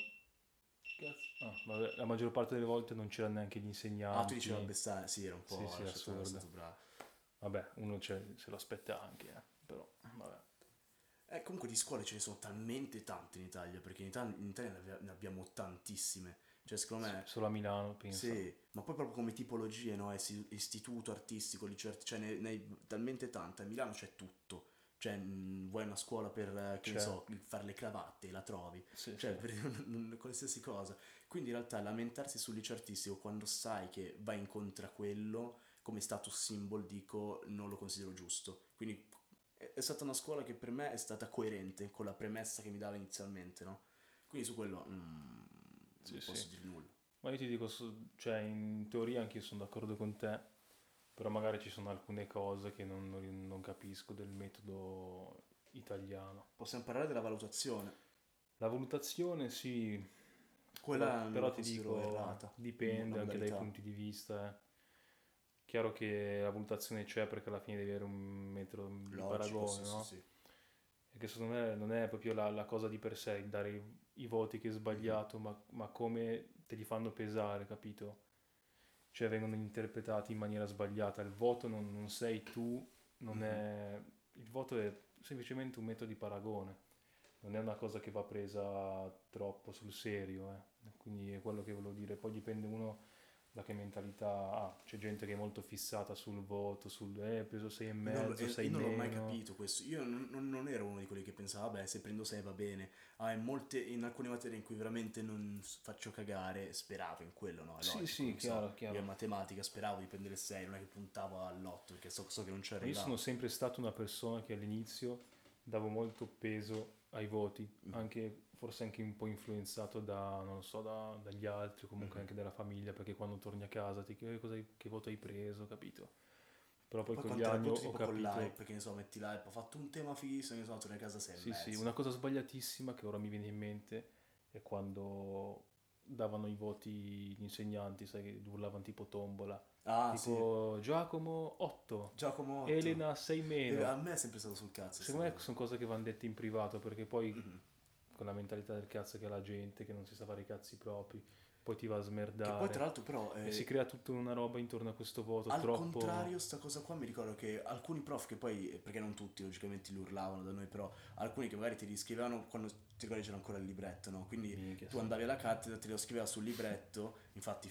Cazzo? Ah, vabbè, la maggior parte delle volte non c'erano neanche gli Ah, tu dici la insegnanti. Bessà, sì, era un Sì, po' sì, era assurdo. stato bravo. Vabbè, uno se lo aspetta anche, però, vabbè. Comunque di scuole ce ne sono talmente tante in Italia, perché in Italia ne abbiamo tantissime. Cioè, secondo me, Solo a Milano, pensa. sì, ma poi proprio come tipologie, no? Istituto artistico, liceo, cioè ne hai talmente tante. A Milano c'è tutto. Cioè, vuoi una scuola per, che ne C'è, so, fare le cravatte, la trovi. sì, Cioè, sì. per qualsiasi cosa. Quindi in realtà lamentarsi sul liceo artistico quando sai che vai incontro a quello, come status symbol, dico, non lo considero giusto. Quindi è stata una scuola che per me è stata coerente con la premessa che mi dava inizialmente, no? Quindi su quello Sì, non sì. posso dire nulla. Ma io ti dico, cioè, in teoria anche io sono d'accordo con te, però magari ci sono alcune cose che non capisco del metodo italiano. Possiamo parlare della valutazione. La valutazione, sì, Quella non la però ti considero dico, errata, la dipende anche dai modalità. punti di vista. Chiaro che la valutazione c'è perché alla fine devi avere un metro di Logico, paragone, sì, sì, no? sì. E che secondo me non è proprio la cosa di per sé, dare i voti che è Mhm. sbagliato, ma come te li fanno pesare, capito? Cioè vengono interpretati in maniera sbagliata. Il voto non sei tu non è... Il voto è semplicemente un metodo di paragone, non è una cosa che va presa troppo sul serio, quindi è quello che volevo dire. Poi dipende uno da che mentalità ha. C'è gente che è molto fissata sul voto, sul hai preso 6 e mezzo, 6 Io non l'ho mai meno. capito questo. Io non ero uno di quelli che pensava, vabbè, se prendo 6 va bene. In alcune materie in cui veramente non faccio cagare, speravo in quello, no? È Sì, logico, sì, non so. chiaro, Io in chiaro. matematica speravo di prendere 6, non è che puntavo all'8, perché so che non ci Ma io sono arrivavo. sempre stato una persona che all'inizio davo molto peso ai voti, Mhm, anche, forse anche un po' influenzato da, non lo so, dagli altri, o comunque mhm. anche dalla famiglia, perché quando torni a casa ti chiedi che voto hai preso, capito? Però E poi poi con gli quante la anni butti ho tipo con capito, l'hype, che ne so, metti l'hype, ho fatto un tema fighissimo, che ne so, torno a casa 6 e sì, sì, mezzo. una cosa sbagliatissima che ora mi viene in mente è quando davano i voti gli insegnanti, sai, che urlavano tipo tombola, Ah, sì, tipo Giacomo 8, Giacomo 8. Elena 6 A meno. me è sempre stato sul cazzo sta Secondo me cosa. sono cose che vanno dette in privato, perché poi Mhm. con la mentalità del cazzo che ha la gente, che non si sa fare i cazzi propri, poi ti va a Che poi tra smerdare l'altro però e si crea tutta una roba intorno a questo voto al troppo... contrario, sta cosa qua mi ricordo che alcuni prof che poi, perché non tutti logicamente li urlavano da noi, però alcuni che magari ti riscrivevano quando ti ricordi c'era ancora il libretto, no? Quindi Minchia, tu sì. andavi alla cattedra, te lo scriveva sul libretto, infatti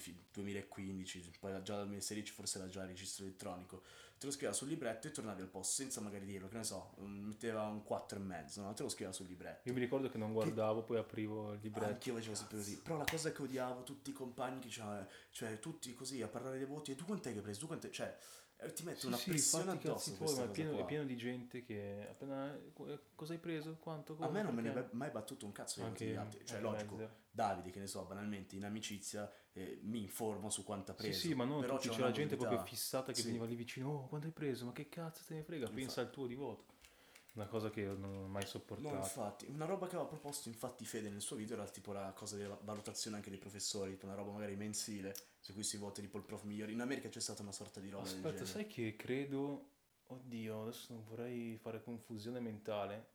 2015, poi già dal 2016 forse era già il registro elettronico, te lo scriveva sul libretto e tornavi al posto senza magari dirlo, che ne so, metteva un 4 e mezzo, no? Te lo scriveva sul Io libretto. mi ricordo che non Che guardavo, poi aprivo il libretto. anch'io facevo sempre così. Cazzo. Però la cosa che odiavo, tutti i compagni che c'erano, cioè tutti così a parlare dei voti, e tu quant'è che hai preso? Tu quant'è? Cioè, ti mette Sì, una sì, pressione fatti i cazzi addosso tuoi, questa ma cosa è qua. pieno di gente che appena... Cosa hai preso? Quanto? A Come? me non me ne Perché? è mai battuto un cazzo dei voti degli Anche, altri. Cioè, anche logico, mezzo. Davide, che ne so, banalmente in amicizia mi informo su quanto ha Sì, sì, ma preso. non Però tutti, c'è c'era gente proprio un'anonimità. fissata che Sì, veniva lì vicino, oh, quanto hai preso? Ma che cazzo te ne frega? Pensa infatti. al tuo di voto. Una cosa che io non ho mai No, sopportato. infatti, una roba che aveva proposto infatti Fede nel suo video era tipo la cosa della valutazione anche dei professori, tipo una roba magari mensile, su cui si vota tipo il prof migliore. In America c'è stata una sorta di roba del Aspetta, genere. sai che credo... Oddio, adesso non vorrei fare confusione mentale,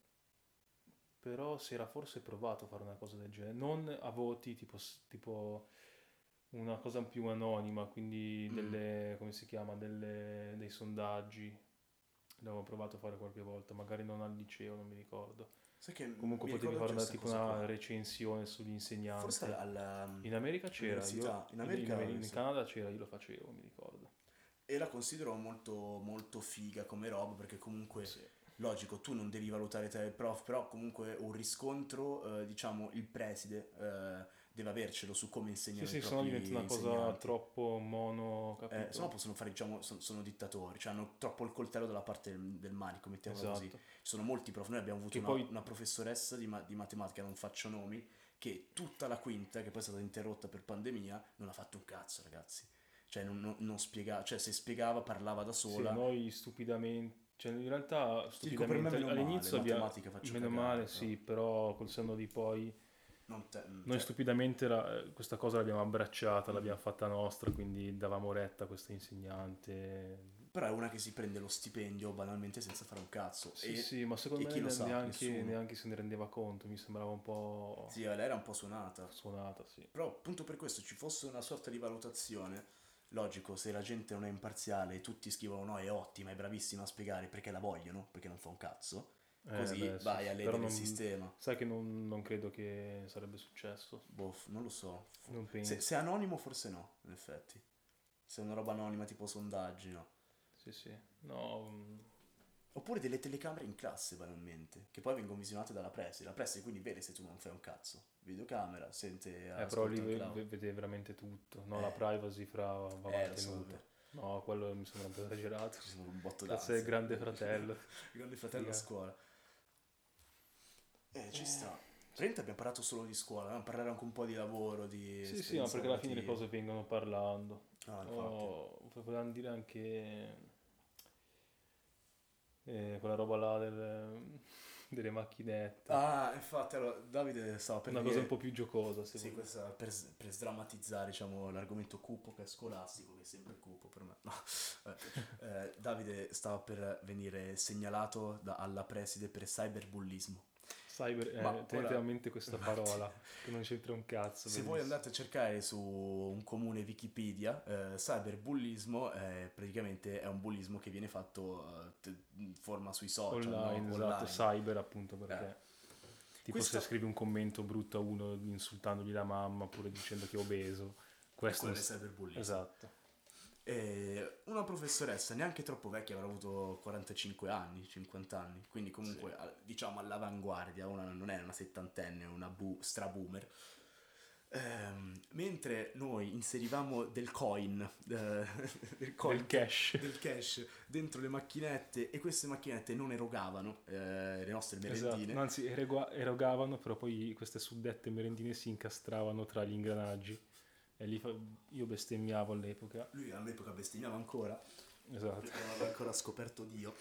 però si era forse provato a fare una cosa del genere. Non a voti, tipo una cosa più anonima, quindi Mm. delle... come si chiama? Dei sondaggi. L'avevo provato a fare qualche volta, magari non al liceo, non mi ricordo. Sai che Comunque mi potevi ricordo fare anche una, questa tipo cosa una qua. recensione Forse sull'insegnante. In America c'era, all'università, in America In sì. Canada c'era, io lo facevo, mi ricordo. E la considero molto, molto figa come roba perché comunque, Sì. logico, tu non devi valutare te il prof, però comunque un riscontro, diciamo, il preside deve avercelo su come Sì, insegnano i sì, se no diventa propri una cosa insegnanti. troppo mono, Se no capito? possono fare, diciamo, sono dittatori, cioè hanno troppo il coltello dalla parte del manico, mettiamola così. Ci Esatto. sono molti prof, noi abbiamo avuto Che poi, una professoressa di matematica, non faccio nomi, che tutta la quinta, che poi è stata interrotta per pandemia, non ha fatto un cazzo, ragazzi. Cioè non spiegava, cioè se spiegava parlava da sì, sola. noi stupidamente, cioè in realtà Ti dico per me stupidamente meno male, all'inizio matematica faccio meno cagare, male, però sì, però col senno di poi noi cioè, stupidamente questa cosa l'abbiamo abbracciata, mhm. l'abbiamo fatta nostra, quindi davamo retta a questa insegnante. Però è una che si prende lo stipendio banalmente senza fare un cazzo Sì, sì, ma e secondo chi me lo sa? neanche, Nessuno. neanche se ne rendeva conto, mi sembrava un po' Sì, lei era un po' suonata. suonata, sì. Però appunto per questo ci fosse una sorta di valutazione, logico, se la gente non è imparziale e tutti scrivono no, è ottima, è bravissima a spiegare perché la vogliono, perché non fa un cazzo, così Beh, sì, vai a sì, però ledere il sistema. sai che non credo che sarebbe successo, Boh, non lo so. non Se è penso. anonimo forse no, in effetti. Se è una roba anonima tipo sondaggi, no. Sì, sì, no, Oppure delle telecamere in classe, banalmente, che poi vengono visionate dalla preside. La preside quindi vede se tu non fai un cazzo. Videocamera, sente, però lì ascolta anche la... vede veramente tutto, no, la Eh, privacy va lo so, è mantenuta. vero. No, quello mi sembra un po' esagerato. Ci sono un botto Cazzo è il d'ansia. grande fratello. Grande fratello a Figa. scuola. Ci sta. Praticamente abbiamo parlato solo di scuola, dobbiamo parlare anche un po' di lavoro, di Sì, sì, ma esperienze perché alla fine le lavorative. cose vengono parlando. Ah, infatti. Volevamo dire anche quella roba là delle macchinette. Ah, infatti, allora, Davide stava per Una cosa un dire... po' più giocosa, se Sì, vogliamo. questa per sdrammatizzare, diciamo, l'argomento cupo che è scolastico, che è sempre cupo per me. No. Davide stava per venire segnalato alla preside per cyberbullismo. tenete a mente questa parola, che non c'entra un cazzo. Se voi andate a cercare su un comune Wikipedia, cyberbullismo praticamente è un bullismo che viene fatto in forma sui social, online, no? esatto, Online. cyber appunto perché... Tipo Questa- se scrivi un commento brutto a uno insultandogli la mamma oppure dicendo che è obeso. Questo quello è cyberbullismo. Esatto. Una professoressa neanche troppo vecchia, avrà avuto 45 anni, 50 anni, quindi comunque diciamo all'avanguardia, non è una settantenne, una stra-boomer. Mentre noi inserivamo del coin, del cash dentro le macchinette, e queste macchinette non erogavano le nostre merendine. Esatto. Anzi, erogavano, però poi queste suddette merendine si incastravano tra gli ingranaggi. E lì io bestemmiavo all'epoca. Lui all'epoca bestemmiava ancora. Esatto. Perché non aveva ancora scoperto Dio.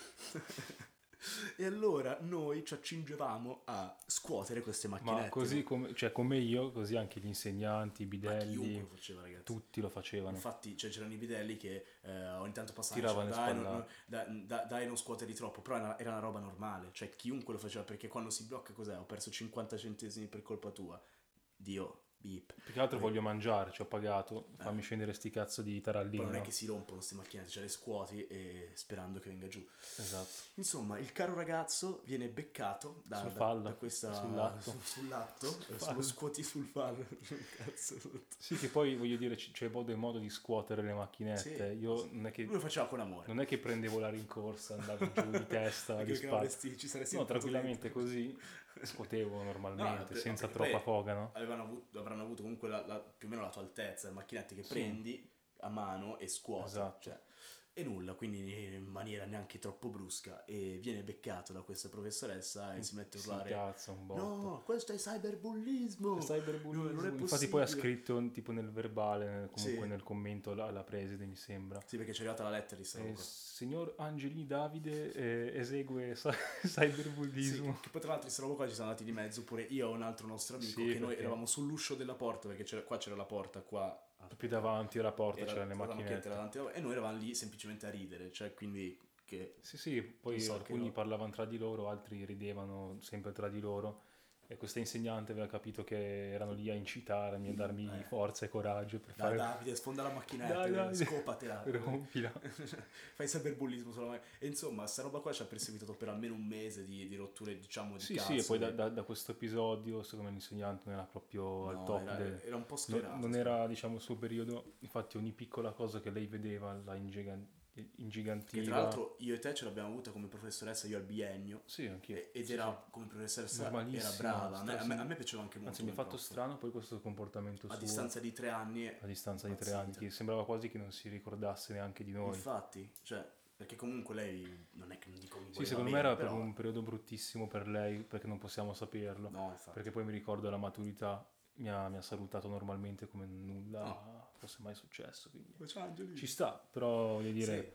E allora noi ci accingevamo a scuotere queste macchinette. Ma così come io, così anche gli insegnanti, i bidelli, chiunque lo faceva, ragazzi. tutti lo facevano. Infatti c'erano i bidelli che ogni tanto passavano Tiravano e le dicevano, dai non scuotere troppo, però era una roba normale, cioè chiunque lo faceva, perché quando si blocca cos'è? Ho perso 50 centesimi per colpa tua. Dio, beep. Più che altro voglio mangiare, ci ho pagato, fammi scendere sti cazzo di tarallini. Poi non è no? che si rompono queste macchinette, cioè le scuoti e sperando che venga giù. Esatto. Insomma, il caro ragazzo viene beccato da questa sul latto, sullo scuoti sul fallo. Cazzo. Sì, che poi voglio dire c'è dei modi di scuotere le macchinette. Sì, Io non è che lui lo faceva con amore. non è che prendevo la rincorsa, andavo giù di testa, di spalla. Ci saresti No, tranquillamente così scuotevo normalmente, No, senza perché troppa poi foga, no? avranno avuto comunque più o meno la tua altezza, le macchinette che Sì. prendi a mano e scuoti. Esatto. Cioè, e nulla, quindi in maniera neanche troppo brusca, e viene beccato da questa professoressa e si mette a Si urlare: incazza un botto. no, questo è cyberbullismo. Cyberbullismo. Non è Infatti poi ha possibile. scritto tipo nel verbale, comunque Sì. nel commento alla preside, mi sembra. Sì, perché ci è arrivata la lettera di sta roba. Signor Angeli Davide esegue Sì, cyberbullismo. che poi tra l'altro in sta roba qua ci siamo andati di mezzo pure io e un altro nostro amico, Sì, che noi perché- eravamo sull'uscio della porta, perché qua c'era la porta, qua Proprio davanti alla porta c'erano le la macchinetta macchinette. davanti a noi, e noi eravamo lì semplicemente a ridere, cioè quindi che Sì, poi Non so che alcuni no. parlavano tra di loro, altri ridevano sempre tra di loro. E questa insegnante aveva capito che erano lì a incitarmi, a darmi forza e coraggio per dai fare... Davide, sfonda la macchinetta, Dai, Davide. scopatela, Rompila. fai cyberbullismo solo. E insomma, sta roba qua ci ha perseguitato per almeno un mese di rotture, diciamo, di Sì, cazzo. sì, e poi da questo episodio, secondo me l'insegnante non era proprio al top. Era un po' non, schierato. non era, diciamo, il suo periodo. Infatti ogni piccola cosa che lei vedeva la ingigantiva. Che tra l'altro io e te ce l'abbiamo avuta come professoressa, io al biennio. Sì, anch'io. Ed Sì, era sì. come professoressa, Normalissima, era brava. A me piaceva anche molto. Anzi, mi ha come fatto prof. strano poi questo comportamento A suo. distanza di 3 anni. A distanza di 3 anni, che sembrava quasi che non si ricordasse neanche di noi. Infatti, cioè, perché comunque lei non è che non dico mi Sì, voleva secondo me bene, era però... proprio un periodo bruttissimo per lei, perché non possiamo saperlo. No, infatti. Perché poi mi ricordo alla maturità mi ha salutato normalmente come nulla fosse mai successo. Quindi ci sta, però voglio dire,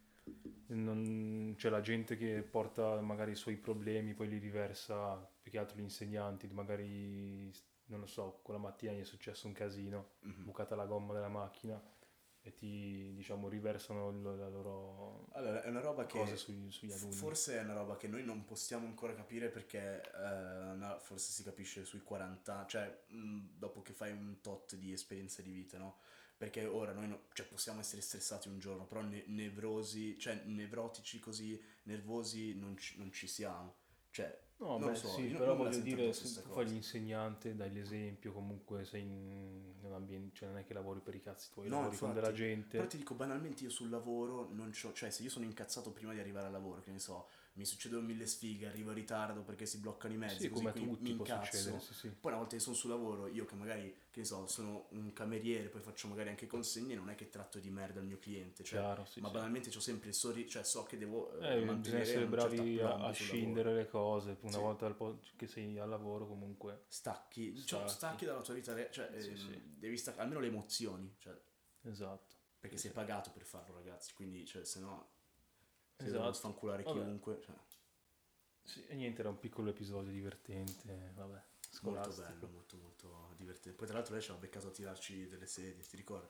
c'è la gente che porta magari i suoi problemi, poi li riversa, più che altro gli insegnanti, magari, non lo so, quella mattina gli è successo un casino, bucata la gomma della macchina e ti, diciamo, riversano la loro Allora, è una roba che cose sugli alunni. forse è una roba che noi non possiamo ancora capire, perché forse si capisce sui 40, cioè dopo che fai un tot di esperienza di vita, no? Perché ora noi cioè, possiamo essere stressati un giorno, però nevrosi, cioè nevrotici così, nervosi non ci siamo. Cioè, No, non beh lo so, sì, io però non me la voglio sento dire, addosso se sta tu cosa. fai l'insegnante, dai l'esempio, comunque sei in un ambiente, cioè non è che lavori per i cazzi tuoi, No, lavori con infatti, della gente. però ti dico banalmente, io sul lavoro non c'ho, cioè se io sono incazzato prima di arrivare al lavoro, che ne so, mi succedono 1000 sfighe, arrivo in ritardo perché si bloccano i mezzi, Sì, così come a quindi tutti mi può incazzo. succedere, sì. Poi una volta che sono sul lavoro, io che magari, che ne so, sono un cameriere, poi faccio magari anche consegne, non è che tratto di merda il mio cliente, cioè, Chiaro, sì, ma sì. banalmente c'ho sempre il cioè so che devo Bisogna mantenere essere un certo bravi aplomb a sul scindere lavoro. le cose, una Sì. volta che sei al lavoro comunque Stacchi dalla tua vita, cioè Sì. devi staccare almeno le emozioni, cioè, esatto. perché sei pagato per farlo, ragazzi, quindi cioè, se no se Esatto. devono sfanculare Vabbè. chiunque, cioè. Sì, e niente, era un piccolo episodio divertente, vabbè, Molto scolastico. bello, molto molto divertente. Poi tra l'altro lei ci ha beccato a tirarci delle sedie, ti ricordi?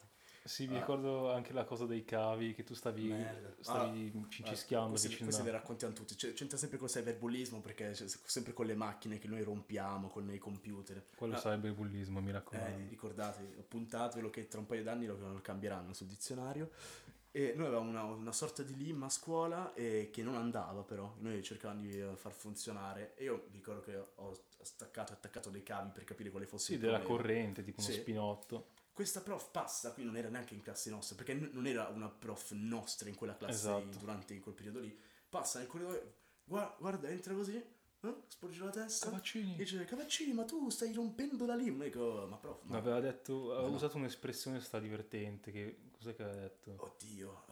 Sì, mi ricordo anche la cosa dei cavi, che tu stavi Merda. cincischiando Queste vicino le raccontiamo tutti. C'entra sempre col cyberbullismo perché sempre con le macchine che noi rompiamo, con i computer. quello cyberbullismo, mi raccomando. Ricordate, puntatevelo che tra un paio d'anni lo cambieranno sul dizionario. E noi avevamo una sorta di lim a scuola che non andava però, noi cercavamo di far funzionare e io mi ricordo che ho staccato e attaccato dei cavi per capire quale fosse Sì, il della problema. corrente, tipo uno Sì. spinotto. Questa prof passa, qui non era neanche in classe nostra, perché non era una prof nostra in quella classe Esatto. durante in quel periodo lì, passa nel corridoio, guarda, entra così, sporge la testa, Cavaccini. e dice, Cavaccini, ma tu stai rompendo la lim. E dico, ma prof, Mi aveva detto, aveva no. usato un'espressione divertente, che cos'è che aveva detto? Oddio,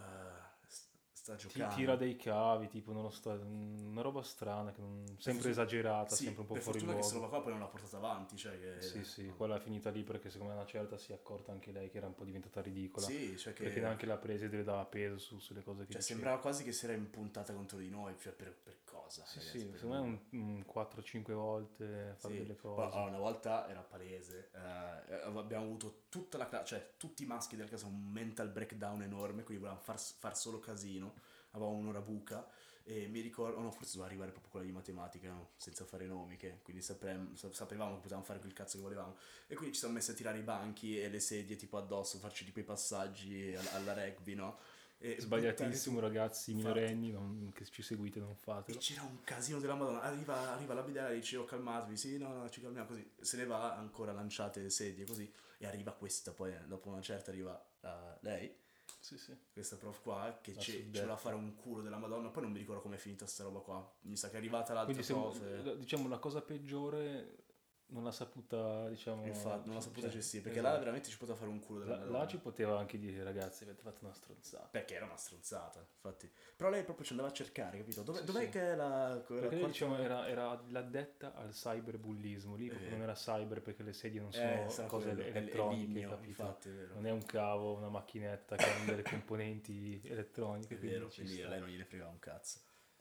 sta giocando. Tira dei cavi, tipo, non lo so, una roba strana, che sempre esagerata, Sì, sempre un po' per fuori fortuna che questa luogo. roba qua poi non l'ha portata avanti, cioè che... Sì, quella è finita lì perché secondo me una certa si è accorta anche lei che era un po' diventata ridicola. Sì, cioè che... Perché neanche la presa le dava peso sulle cose che Cioè diceva. sembrava quasi che si era impuntata contro di noi, cioè per cosa? Sì, Ragazzi, sì, per secondo nulla. me un 4-5 volte fare Sì, delle poi, cose. allora, una volta era palese, abbiamo avuto tutta la classe, cioè tutti i maschi della classe un mental breakdown enorme, quindi volevamo far solo casino, avevamo un'ora buca e mi ricordo, no, forse doveva arrivare proprio quella di matematica, no? Senza fare nomi, che quindi sapevamo che potevamo fare quel cazzo che volevamo e quindi ci siamo messi a tirare i banchi e le sedie tipo addosso, farci tipo i passaggi alla rugby, no? E buttare Sbagliatissimo, su. ragazzi Infatti. minorenni, che ci seguite, non E fatelo. c'era un casino della Madonna. Arriva la bidella e dice: "Oh, calmatevi, sì, no, ci calmiamo così." Se ne va ancora lanciate sedie così. E arriva questa, poi dopo una certa arriva lei, Sì, sì. questa prof qua, che La ci suddetta. voleva fare un culo della Madonna. Poi non mi ricordo com'è finita sta roba qua. Mi sa che è arrivata l'altra Quindi prof. E... diciamo la cosa peggiore non l'ha saputa, diciamo... Infatti, non l'ha saputa cioè, gestire perché là esatto. veramente ci poteva fare un culo della Là Madonna. ci poteva anche dire, ragazzi, avete fatto una stronzata. Perché era una stronzata, infatti. Però lei proprio ci andava a cercare, capito? Dov'è Sì. che è la Perché lei, quarta... diciamo, era l'addetta al cyberbullismo. Lì proprio non era cyber perché le sedie non sono sarà cose quello, è elettroniche, ligneo, capito? infatti, è vero. Non è un cavo, una macchinetta che ha delle componenti elettroniche. È vero, Ci quindi a sta. lei non gliene frega un cazzo.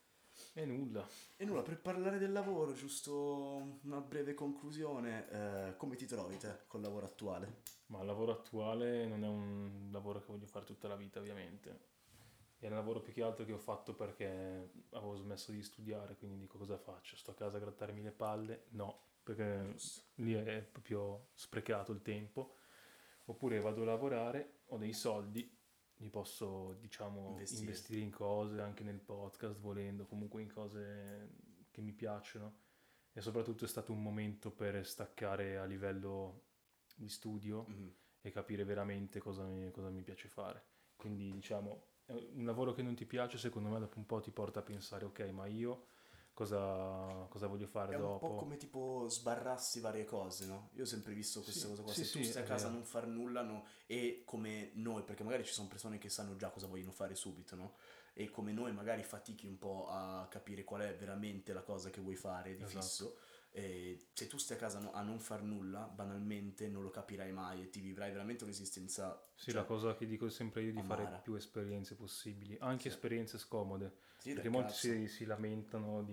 E nulla. E nulla, per parlare del lavoro, giusto una breve conclusione, come ti trovi te col lavoro attuale? Ma il lavoro attuale non è un lavoro che voglio fare tutta la vita, ovviamente. È un lavoro più che altro che ho fatto perché avevo smesso di studiare, quindi dico cosa faccio? Sto a casa a grattarmi le palle? No, perché Giusto. lì è proprio sprecato il tempo. Oppure vado a lavorare, ho dei soldi, li posso, diciamo, investire in cose, anche nel podcast, volendo, comunque in cose che mi piacciono. E soprattutto è stato un momento per staccare a livello di studio Mhm. e capire veramente cosa mi piace fare. Quindi, diciamo, un lavoro che non ti piace, secondo me, dopo un po' ti porta a pensare, ok, ma io cosa voglio fare È un po' dopo? come tipo sbarrarsi varie cose, no? Io ho sempre visto questa cosa qua, se tu stai a è casa a vero. non far nulla, no? E come noi, perché magari ci sono persone che sanno già cosa vogliono fare subito, no? E come noi magari fatichi un po' a capire qual è veramente la cosa che vuoi fare di Esatto. fisso. E se tu stai a casa a non far nulla, banalmente non lo capirai mai e ti vivrai veramente un'esistenza. Sì, Cioè, la cosa che dico sempre io è di amara. fare più esperienze possibili, anche Sì. esperienze scomode, Sì, perché del molti cazzo. si lamentano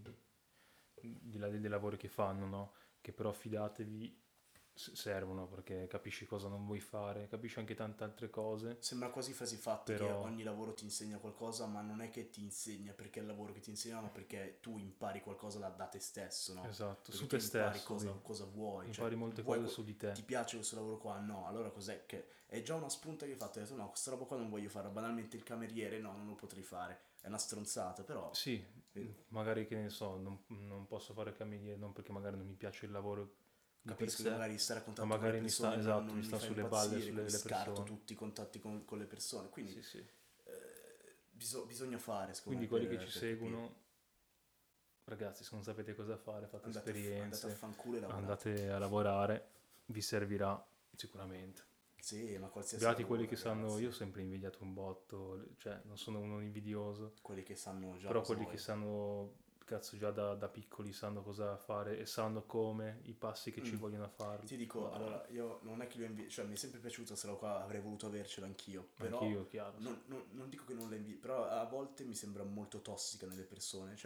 dei lavori che fanno, no? Che però fidatevi, servono perché capisci cosa non vuoi fare, capisci anche tante altre cose, Sembra quasi frasi fatte che però ogni lavoro ti insegna qualcosa, ma non è che ti insegna perché è il lavoro che ti insegna, ma perché tu impari qualcosa da te stesso, no? esatto, Perché su tu te impari stesso, sì. cosa vuoi, Impari cioè molte vuoi cose su di te. ti piace questo lavoro qua? No, allora cos'è che è già una spunta che hai fatto, hai detto no, questa roba qua non voglio fare, banalmente il cameriere no, non lo potrei fare, è una stronzata, però Sì, eh, magari che ne so, non posso fare cameriere, non perché magari non mi piace il lavoro di per capisco che sé, magari stare a ma contatto con le magari persone esatto, non mi mi sta fa sulle balle impazzire, sulle quindi le scarto persone. tutti i contatti con le persone, quindi Sì, sì. bisogna fare, secondo Quindi me, quelli che ci per capire. seguono, ragazzi, se non sapete cosa fare, fate Andate a esperienze, fanculo e lavorate. andate a lavorare, vi servirà sicuramente. Sì, ma qualsiasi Beati lavoro, quelli che sanno, ragazzi. io ho sempre invidiato un botto, cioè non sono uno invidioso, Quelli che sanno già però cosa quelli che vuoi. sanno, cazzo, già da piccoli sanno cosa fare e sanno come, i passi che ci vogliono fare. Ti dico, allora, io non è che lo invidio, cioè mi è sempre piaciuta questa roba qua, avrei voluto avercela anch'io, però Anch'io, chiaro. Sì. non dico che non la invidio, però a volte mi sembra molto tossica nelle persone, cioè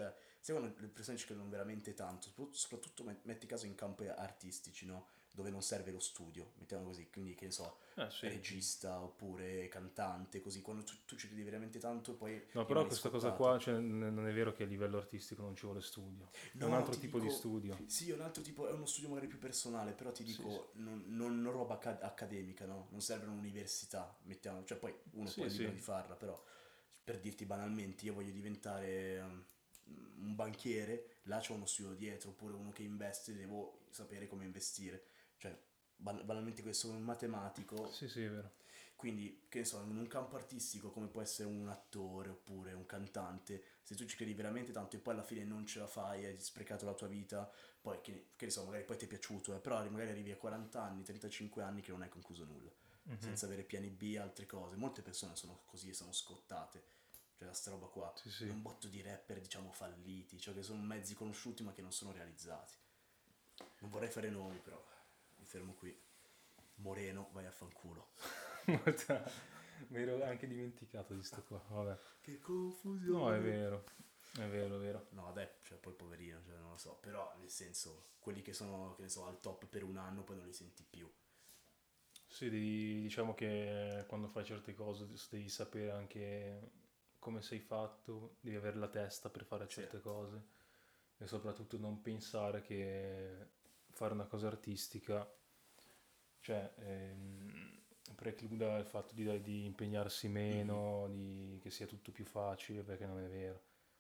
secondo le persone ci credono veramente tanto, soprattutto metti caso in campi artistici, no? Dove non serve lo studio, mettiamo così, quindi che ne so, Sì. regista oppure cantante, così, quando tu ci credi veramente tanto e poi No, però rimani questa cosa scottato. qua, cioè, non è vero che a livello artistico non ci vuole studio. È un No, altro ti tipo di dico, studio. sì, è un altro tipo, è uno studio magari più personale, però ti Sì, sì. dico, non roba accademica, no? Non serve un'università, mettiamo, cioè poi uno poi Sì, è libero sì. di farla, però per dirti banalmente, io voglio diventare un banchiere, là c'è uno studio dietro, oppure uno che investe, devo sapere come investire, cioè banalmente questo è un matematico, Sì, sì, è vero. quindi che ne so, in un campo artistico come può essere un attore oppure un cantante, se tu ci credi veramente tanto e poi alla fine non ce la fai, hai sprecato la tua vita, poi che ne so, magari poi ti è piaciuto, però magari arrivi a 40 anni, 35 anni che non hai concluso nulla, Mhm. senza avere piani B, altre cose. Molte persone sono così e sono scottate, cioè da sta roba qua. Sì, sì. Un botto di rapper, diciamo, falliti, cioè che sono mezzi conosciuti ma che non sono realizzati. Non vorrei fare nomi, però mi fermo qui. Moreno, vai a fanculo. Mi ero anche dimenticato di sto qua, vabbè. Che No, è confusione. vero, è vero, è vero. No, dai, cioè poi poverino, cioè non lo so, però nel senso, quelli che sono, che ne so, al top per un anno poi non li senti più. Sì, diciamo che quando fai certe cose devi sapere anche come sei fatto, devi avere la testa per fare Sì. certe cose e soprattutto non pensare che fare una cosa artistica, cioè, precluda il fatto di impegnarsi Mhm. meno, che sia tutto più facile, perché non è vero,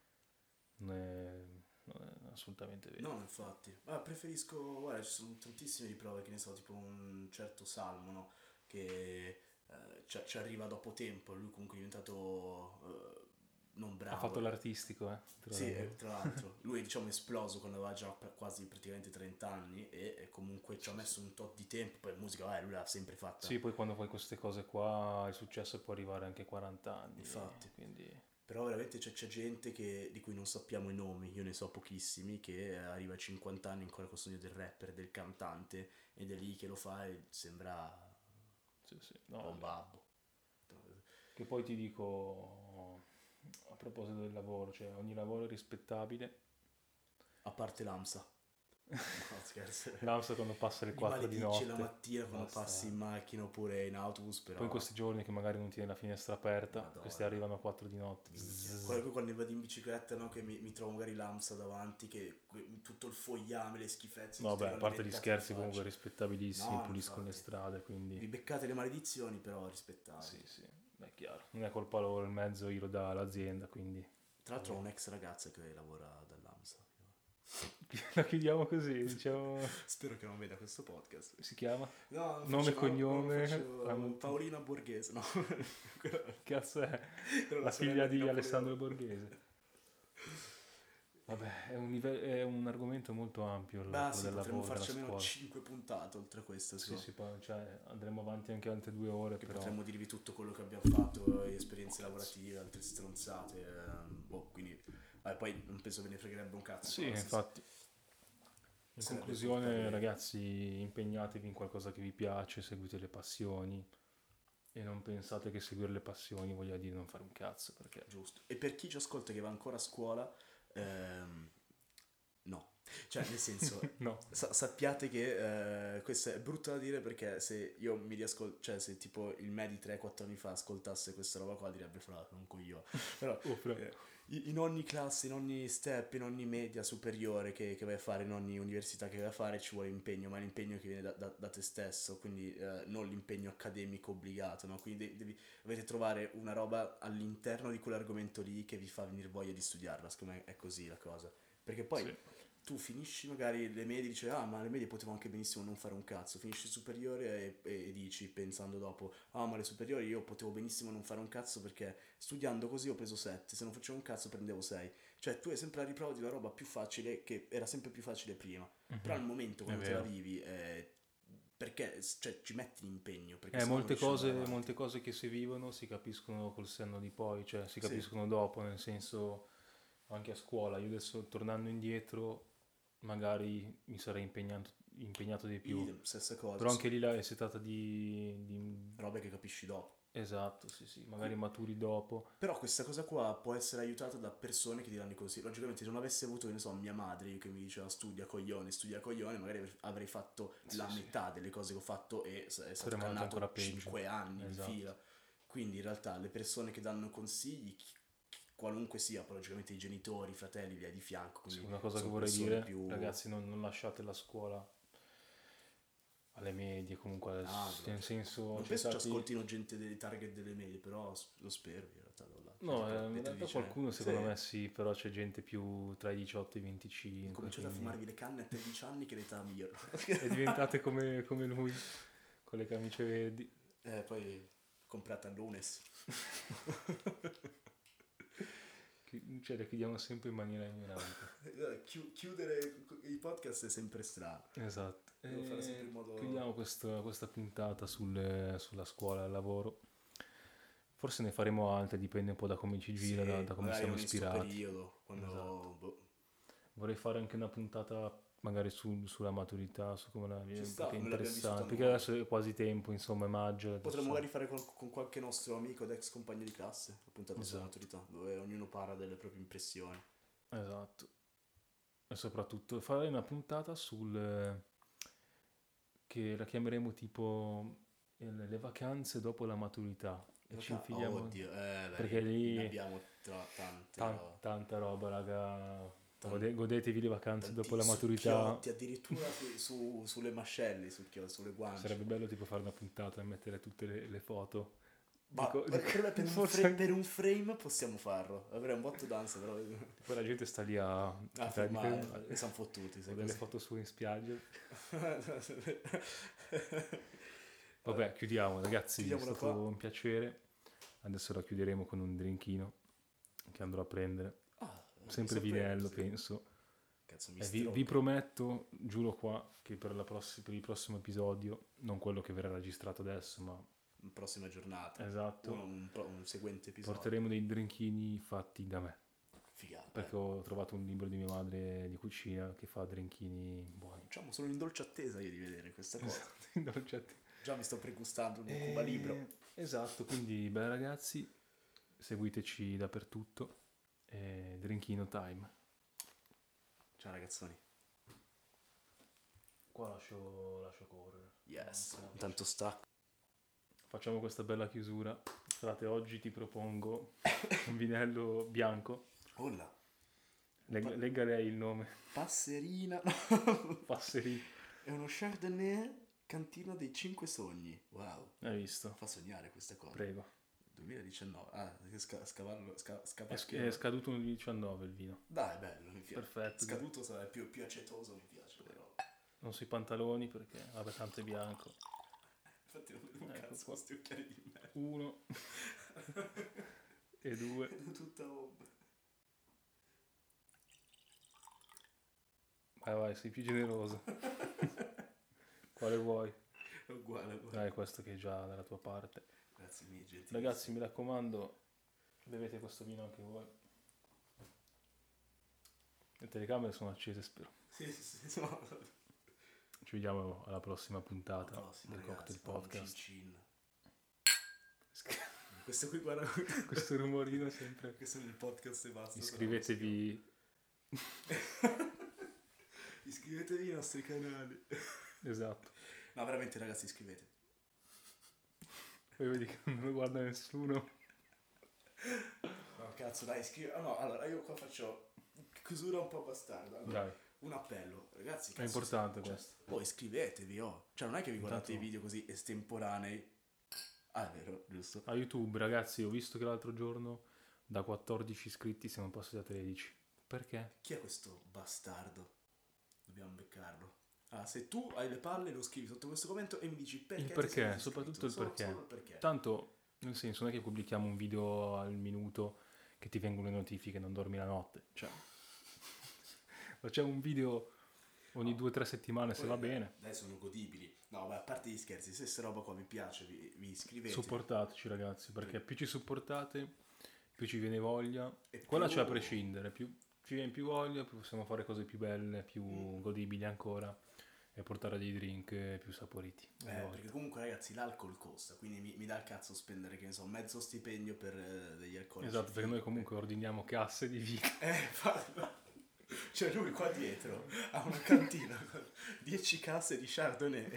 non è assolutamente vero. No, infatti. Ma preferisco, guarda, ci sono tantissime di prove, che ne so, tipo un certo Salmo, no? Che ci arriva dopo tempo, lui comunque è diventato non Ha fatto bravo. l'artistico, Sì, tra l'altro, lui diciamo è esploso quando aveva già quasi praticamente 30 anni e comunque ci ha Sì, sì. messo un tot di tempo, poi musica, lui l'ha sempre fatta, Sì, poi quando fai queste cose qua il successo può arrivare anche a 40 anni, infatti. quindi Però veramente c'è gente di cui non sappiamo i nomi, io ne so pochissimi, che arriva a 50 anni ancora con il sogno del rapper, del cantante, ed è lì che lo fa e sembra sì, sì, un po' no, è un vero. babbo. Che poi ti dico, a proposito del lavoro, cioè ogni lavoro è rispettabile. A parte l'AMSA. No, scherzo. L'AMSA quando passa le Mi 4 di maledice la notte, mattina quando passi in basta. macchina oppure in autobus, Poi in però... questi giorni che magari non tieni la finestra aperta, questi Madonna. arrivano a 4 di notte. Minchia. Zzzz. Quando vado in bicicletta, no, che mi trovo magari l'AMSA davanti, che tutto il fogliame, le schifezze, No, tutte beh, le a robe parte gli beccate in scherzi comunque faccia. rispettabilissimi, No, puliscono le infatti. strade, quindi Vi beccate le maledizioni, però rispettabili. sì, sì, è chiaro. Non è colpa loro, il mezzo io lo dà l'azienda, quindi Tra l'altro ho vabbè. un'ex ragazza che lavora dall'AMSA. La chiudiamo così, diciamo, Spero che non veda questo podcast. si chiama? No, Nome e no, cognome, facevo Paolina Borghese, no. che cazzo è? Era la La figlia sorella di di Alessandro Napoleone. Borghese. Vabbè, è un argomento molto ampio Beh, quello sì, del potremmo lavoro, della farci almeno scuola. 5 puntate oltre a questa, Sì, secondo sì, poi cioè, andremo avanti anche altre 2 ore, che però potremmo dirvi tutto quello che abbiamo fatto, esperienze cazzo. lavorative, altre stronzate, boh, quindi poi non penso ve ne fregherebbe un cazzo, Sì, però nel senso infatti. In sarebbe colpa conclusione, di... ragazzi, impegnatevi in qualcosa che vi piace, seguite le passioni e non pensate che seguire le passioni voglia dire non fare un cazzo, perché Giusto. E per chi ci ascolta che va ancora a scuola, ehm, no. Cioè, nel senso, no. sappiate che questo è brutto da dire perché se io mi riascolto, cioè se tipo il me di 3-4 anni fa ascoltasse questa roba qua direbbe fra un coglione. Però Oh, però, eh, in ogni classe, in ogni step, in ogni media superiore che vai a fare, in ogni università che vai a fare ci vuole impegno, ma l'impegno che viene da te stesso, quindi non l'impegno accademico obbligato, no? Quindi dovete trovare una roba all'interno di quell'argomento lì che vi fa venire voglia di studiarla, secondo me è così la cosa. Perché poi sì. tu finisci magari le medie e dici ah ma le medie potevo anche benissimo non fare un cazzo, finisci il superiore e dici pensando dopo ah ma le superiori io potevo benissimo non fare un cazzo perché studiando così ho preso 7, se non facevo un cazzo prendevo 6, cioè tu hai sempre la riprova di una roba più facile che era sempre più facile prima, però Mhm. al momento È quando te la vero. vivi perché cioè, ci metti l'impegno perché sennò non Molte riesci ad andare cose, avanti. molte cose che si vivono si capiscono col senno di poi, cioè si Sì, capiscono dopo, nel senso anche a scuola. Io adesso tornando indietro magari mi sarei impegnato di più, idem, stessa cosa, però anche lì là si tratta di robe che capisci dopo. Esatto, sì, magari maturi dopo. Però questa cosa qua può essere aiutata da persone che ti danno i consigli. Logicamente, se non avessi avuto, che ne so, mia madre che mi diceva studia coglione, magari avrei fatto la Sì. metà delle cose che ho fatto e è stato Saremmo andati ancora cannato peggio. 5 anni Esatto. di fila. Quindi in realtà le persone che danno consigli, qualunque sia, poi logicamente i genitori, i fratelli, li hai di fianco. Sì, Quindi una cosa che sono vorrei persone dire, più... ragazzi, non lasciate la scuola alle medie, comunque, Ah, nel senso, non penso ci cercate... ascoltino gente dei target delle medie, però lo spero in realtà da là. No, Tipo in le realtà tredicenni. qualcuno secondo Sì. me sì, però c'è gente più tra i 18 e i 25, Cominciate a quindi fumarvi le canne a 13 anni che l'età migliore. e diventate come lui, con le camicie verdi. Poi comprate a lunes. Cioè, le chiudiamo sempre in maniera ignorante. Chiudere i podcast è sempre strano. Esatto. Devo fare sempre in modo... Chiudiamo questa puntata sulla scuola e il lavoro. Forse ne faremo altre, dipende un po' da come ci gira, Sì, da come magari siamo in questo ispirati. periodo, quando... Esatto. boh, Vorrei fare anche una puntata magari sulla maturità, su come la viene, sta, perché è non l'abbiamo interessante. vissuta Perché noi. adesso è quasi tempo, insomma, è maggio. Potremmo adesso- magari fare con qualche nostro amico ed ex compagno di classe, la puntata sulla Esatto. maturità, dove ognuno parla delle proprie impressioni. Esatto. E soprattutto fare una puntata che la chiameremo tipo le vacanze dopo la maturità. E ci infiliamo... oddio, perché lì ne abbiamo tante, no? tanta roba, raga. Tan- Godetevi le vacanze dopo la Tanti maturità. succhiotti, addirittura sulle mascelle, sulle guance. Sarebbe bello tipo fare una puntata e mettere tutte le foto. Ma per forse per un frame possiamo farlo. Avrei un botto d'ansia, però. poi la gente sta lì a Firmare, e siamo fottuti. o delle foto su in spiaggia. Vabbè, chiudiamo ragazzi, è Chiudiamola stato qua. un piacere. Adesso la chiuderemo con un drinkino che andrò a prendere. Sempre vinello, penso. Cazzo, E vi prometto, giuro qua, che per il prossimo episodio, non quello che verrà registrato adesso, ma prossima giornata. esatto, Un seguente episodio. porteremo dei drinkini fatti da me. Figata. Perché ho trovato un libro di mia madre di cucina che fa drinkini buoni. Diciamo, sono in dolce attesa io di vedere questa cosa. Dolcetti. Già mi sto pregustando un Cuba libro. Esatto, quindi beh ragazzi, seguiteci dappertutto. Drinkino time. Ciao ragazzoni. Qua lascio correre. Yes. No, Intanto stacco. facciamo questa bella chiusura. Frate, oggi ti propongo un vinello bianco. Olla. Legga lei il nome. Passerina. Passerì. È uno Chardonnay Cantina dei 5 Sogni. Wow. Hai visto? Fa sognare questa cosa. Prego. 2019. Scavallo. È scaduto nel 2019 il vino. Dai, bello, mi piace. Perfetto. Scaduto sarà più acetoso, mi piace, però. Non sui pantaloni perché, vabbè, tanto è bianco. Infatti non vedo un Ecco cazzo qua. questi occhiali di me. 1 e 2. Vedo tutta roba. Vai, sei più generoso. Quale vuoi? È uguale. Dai, questo che è già dalla tua parte. Grazie mille, gentile. Ragazzi, mi raccomando, bevete questo vino anche voi. Le telecamere sono accese, spero. Sì, no. Ci vediamo alla prossima puntata Alla prossima, del ragazzi, Cocktail Podcast. cin. Questo qui, guarda, Questo rumorino sempre. questo è il podcast e basta. Iscrivetevi. Iscrivetevi ai nostri canali. Esatto. No, veramente, ragazzi, iscrivetevi. Poi vedi che non lo guarda nessuno. No, cazzo, dai, no, allora io qua faccio chiusura un po' bastarda. Allora, Dai, un appello, ragazzi. è importante cioè, questo. poi iscrivetevi, oh. Cioè, non è che vi guardate Intanto- i video così estemporanei. Ah, è vero, giusto. A YouTube, ragazzi, ho visto che l'altro giorno da 14 iscritti siamo passati a 13. Perché? Chi è questo bastardo? Dobbiamo beccarlo. Ah, se tu hai le palle lo scrivi sotto questo commento e mi dici perché. Il ti perché, sei soprattutto il iscritto. perché. Solo il perché. Tanto, nel senso, non è che pubblichiamo un video al minuto che ti vengono le notifiche, non dormi la notte. Cioè, facciamo un video ogni 2 o 3 settimane se Poi, va bene. Dai, sono godibili. No, beh, a parte gli scherzi, se questa roba qua vi piace, vi iscrivete. Supportateci ragazzi, perché più ci supportate, più ci viene voglia. E Quella più- c'è a prescindere, più ci viene più voglia, più possiamo fare cose più belle, più godibili ancora. e portare dei drink più saporiti. Perché comunque ragazzi l'alcol costa, quindi mi dà il cazzo spendere, che ne so, mezzo stipendio per degli alcolici. Esatto, perché noi comunque ordiniamo casse di vino. Cioè lui qua dietro ha una cantina con 10 casse di Chardonnay.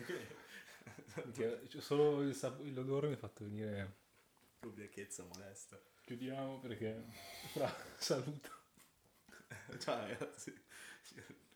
Solo l'odore mi ha fatto venire... Ubriachezza molesta. Chiudiamo perché... Saluto. Ciao ragazzi.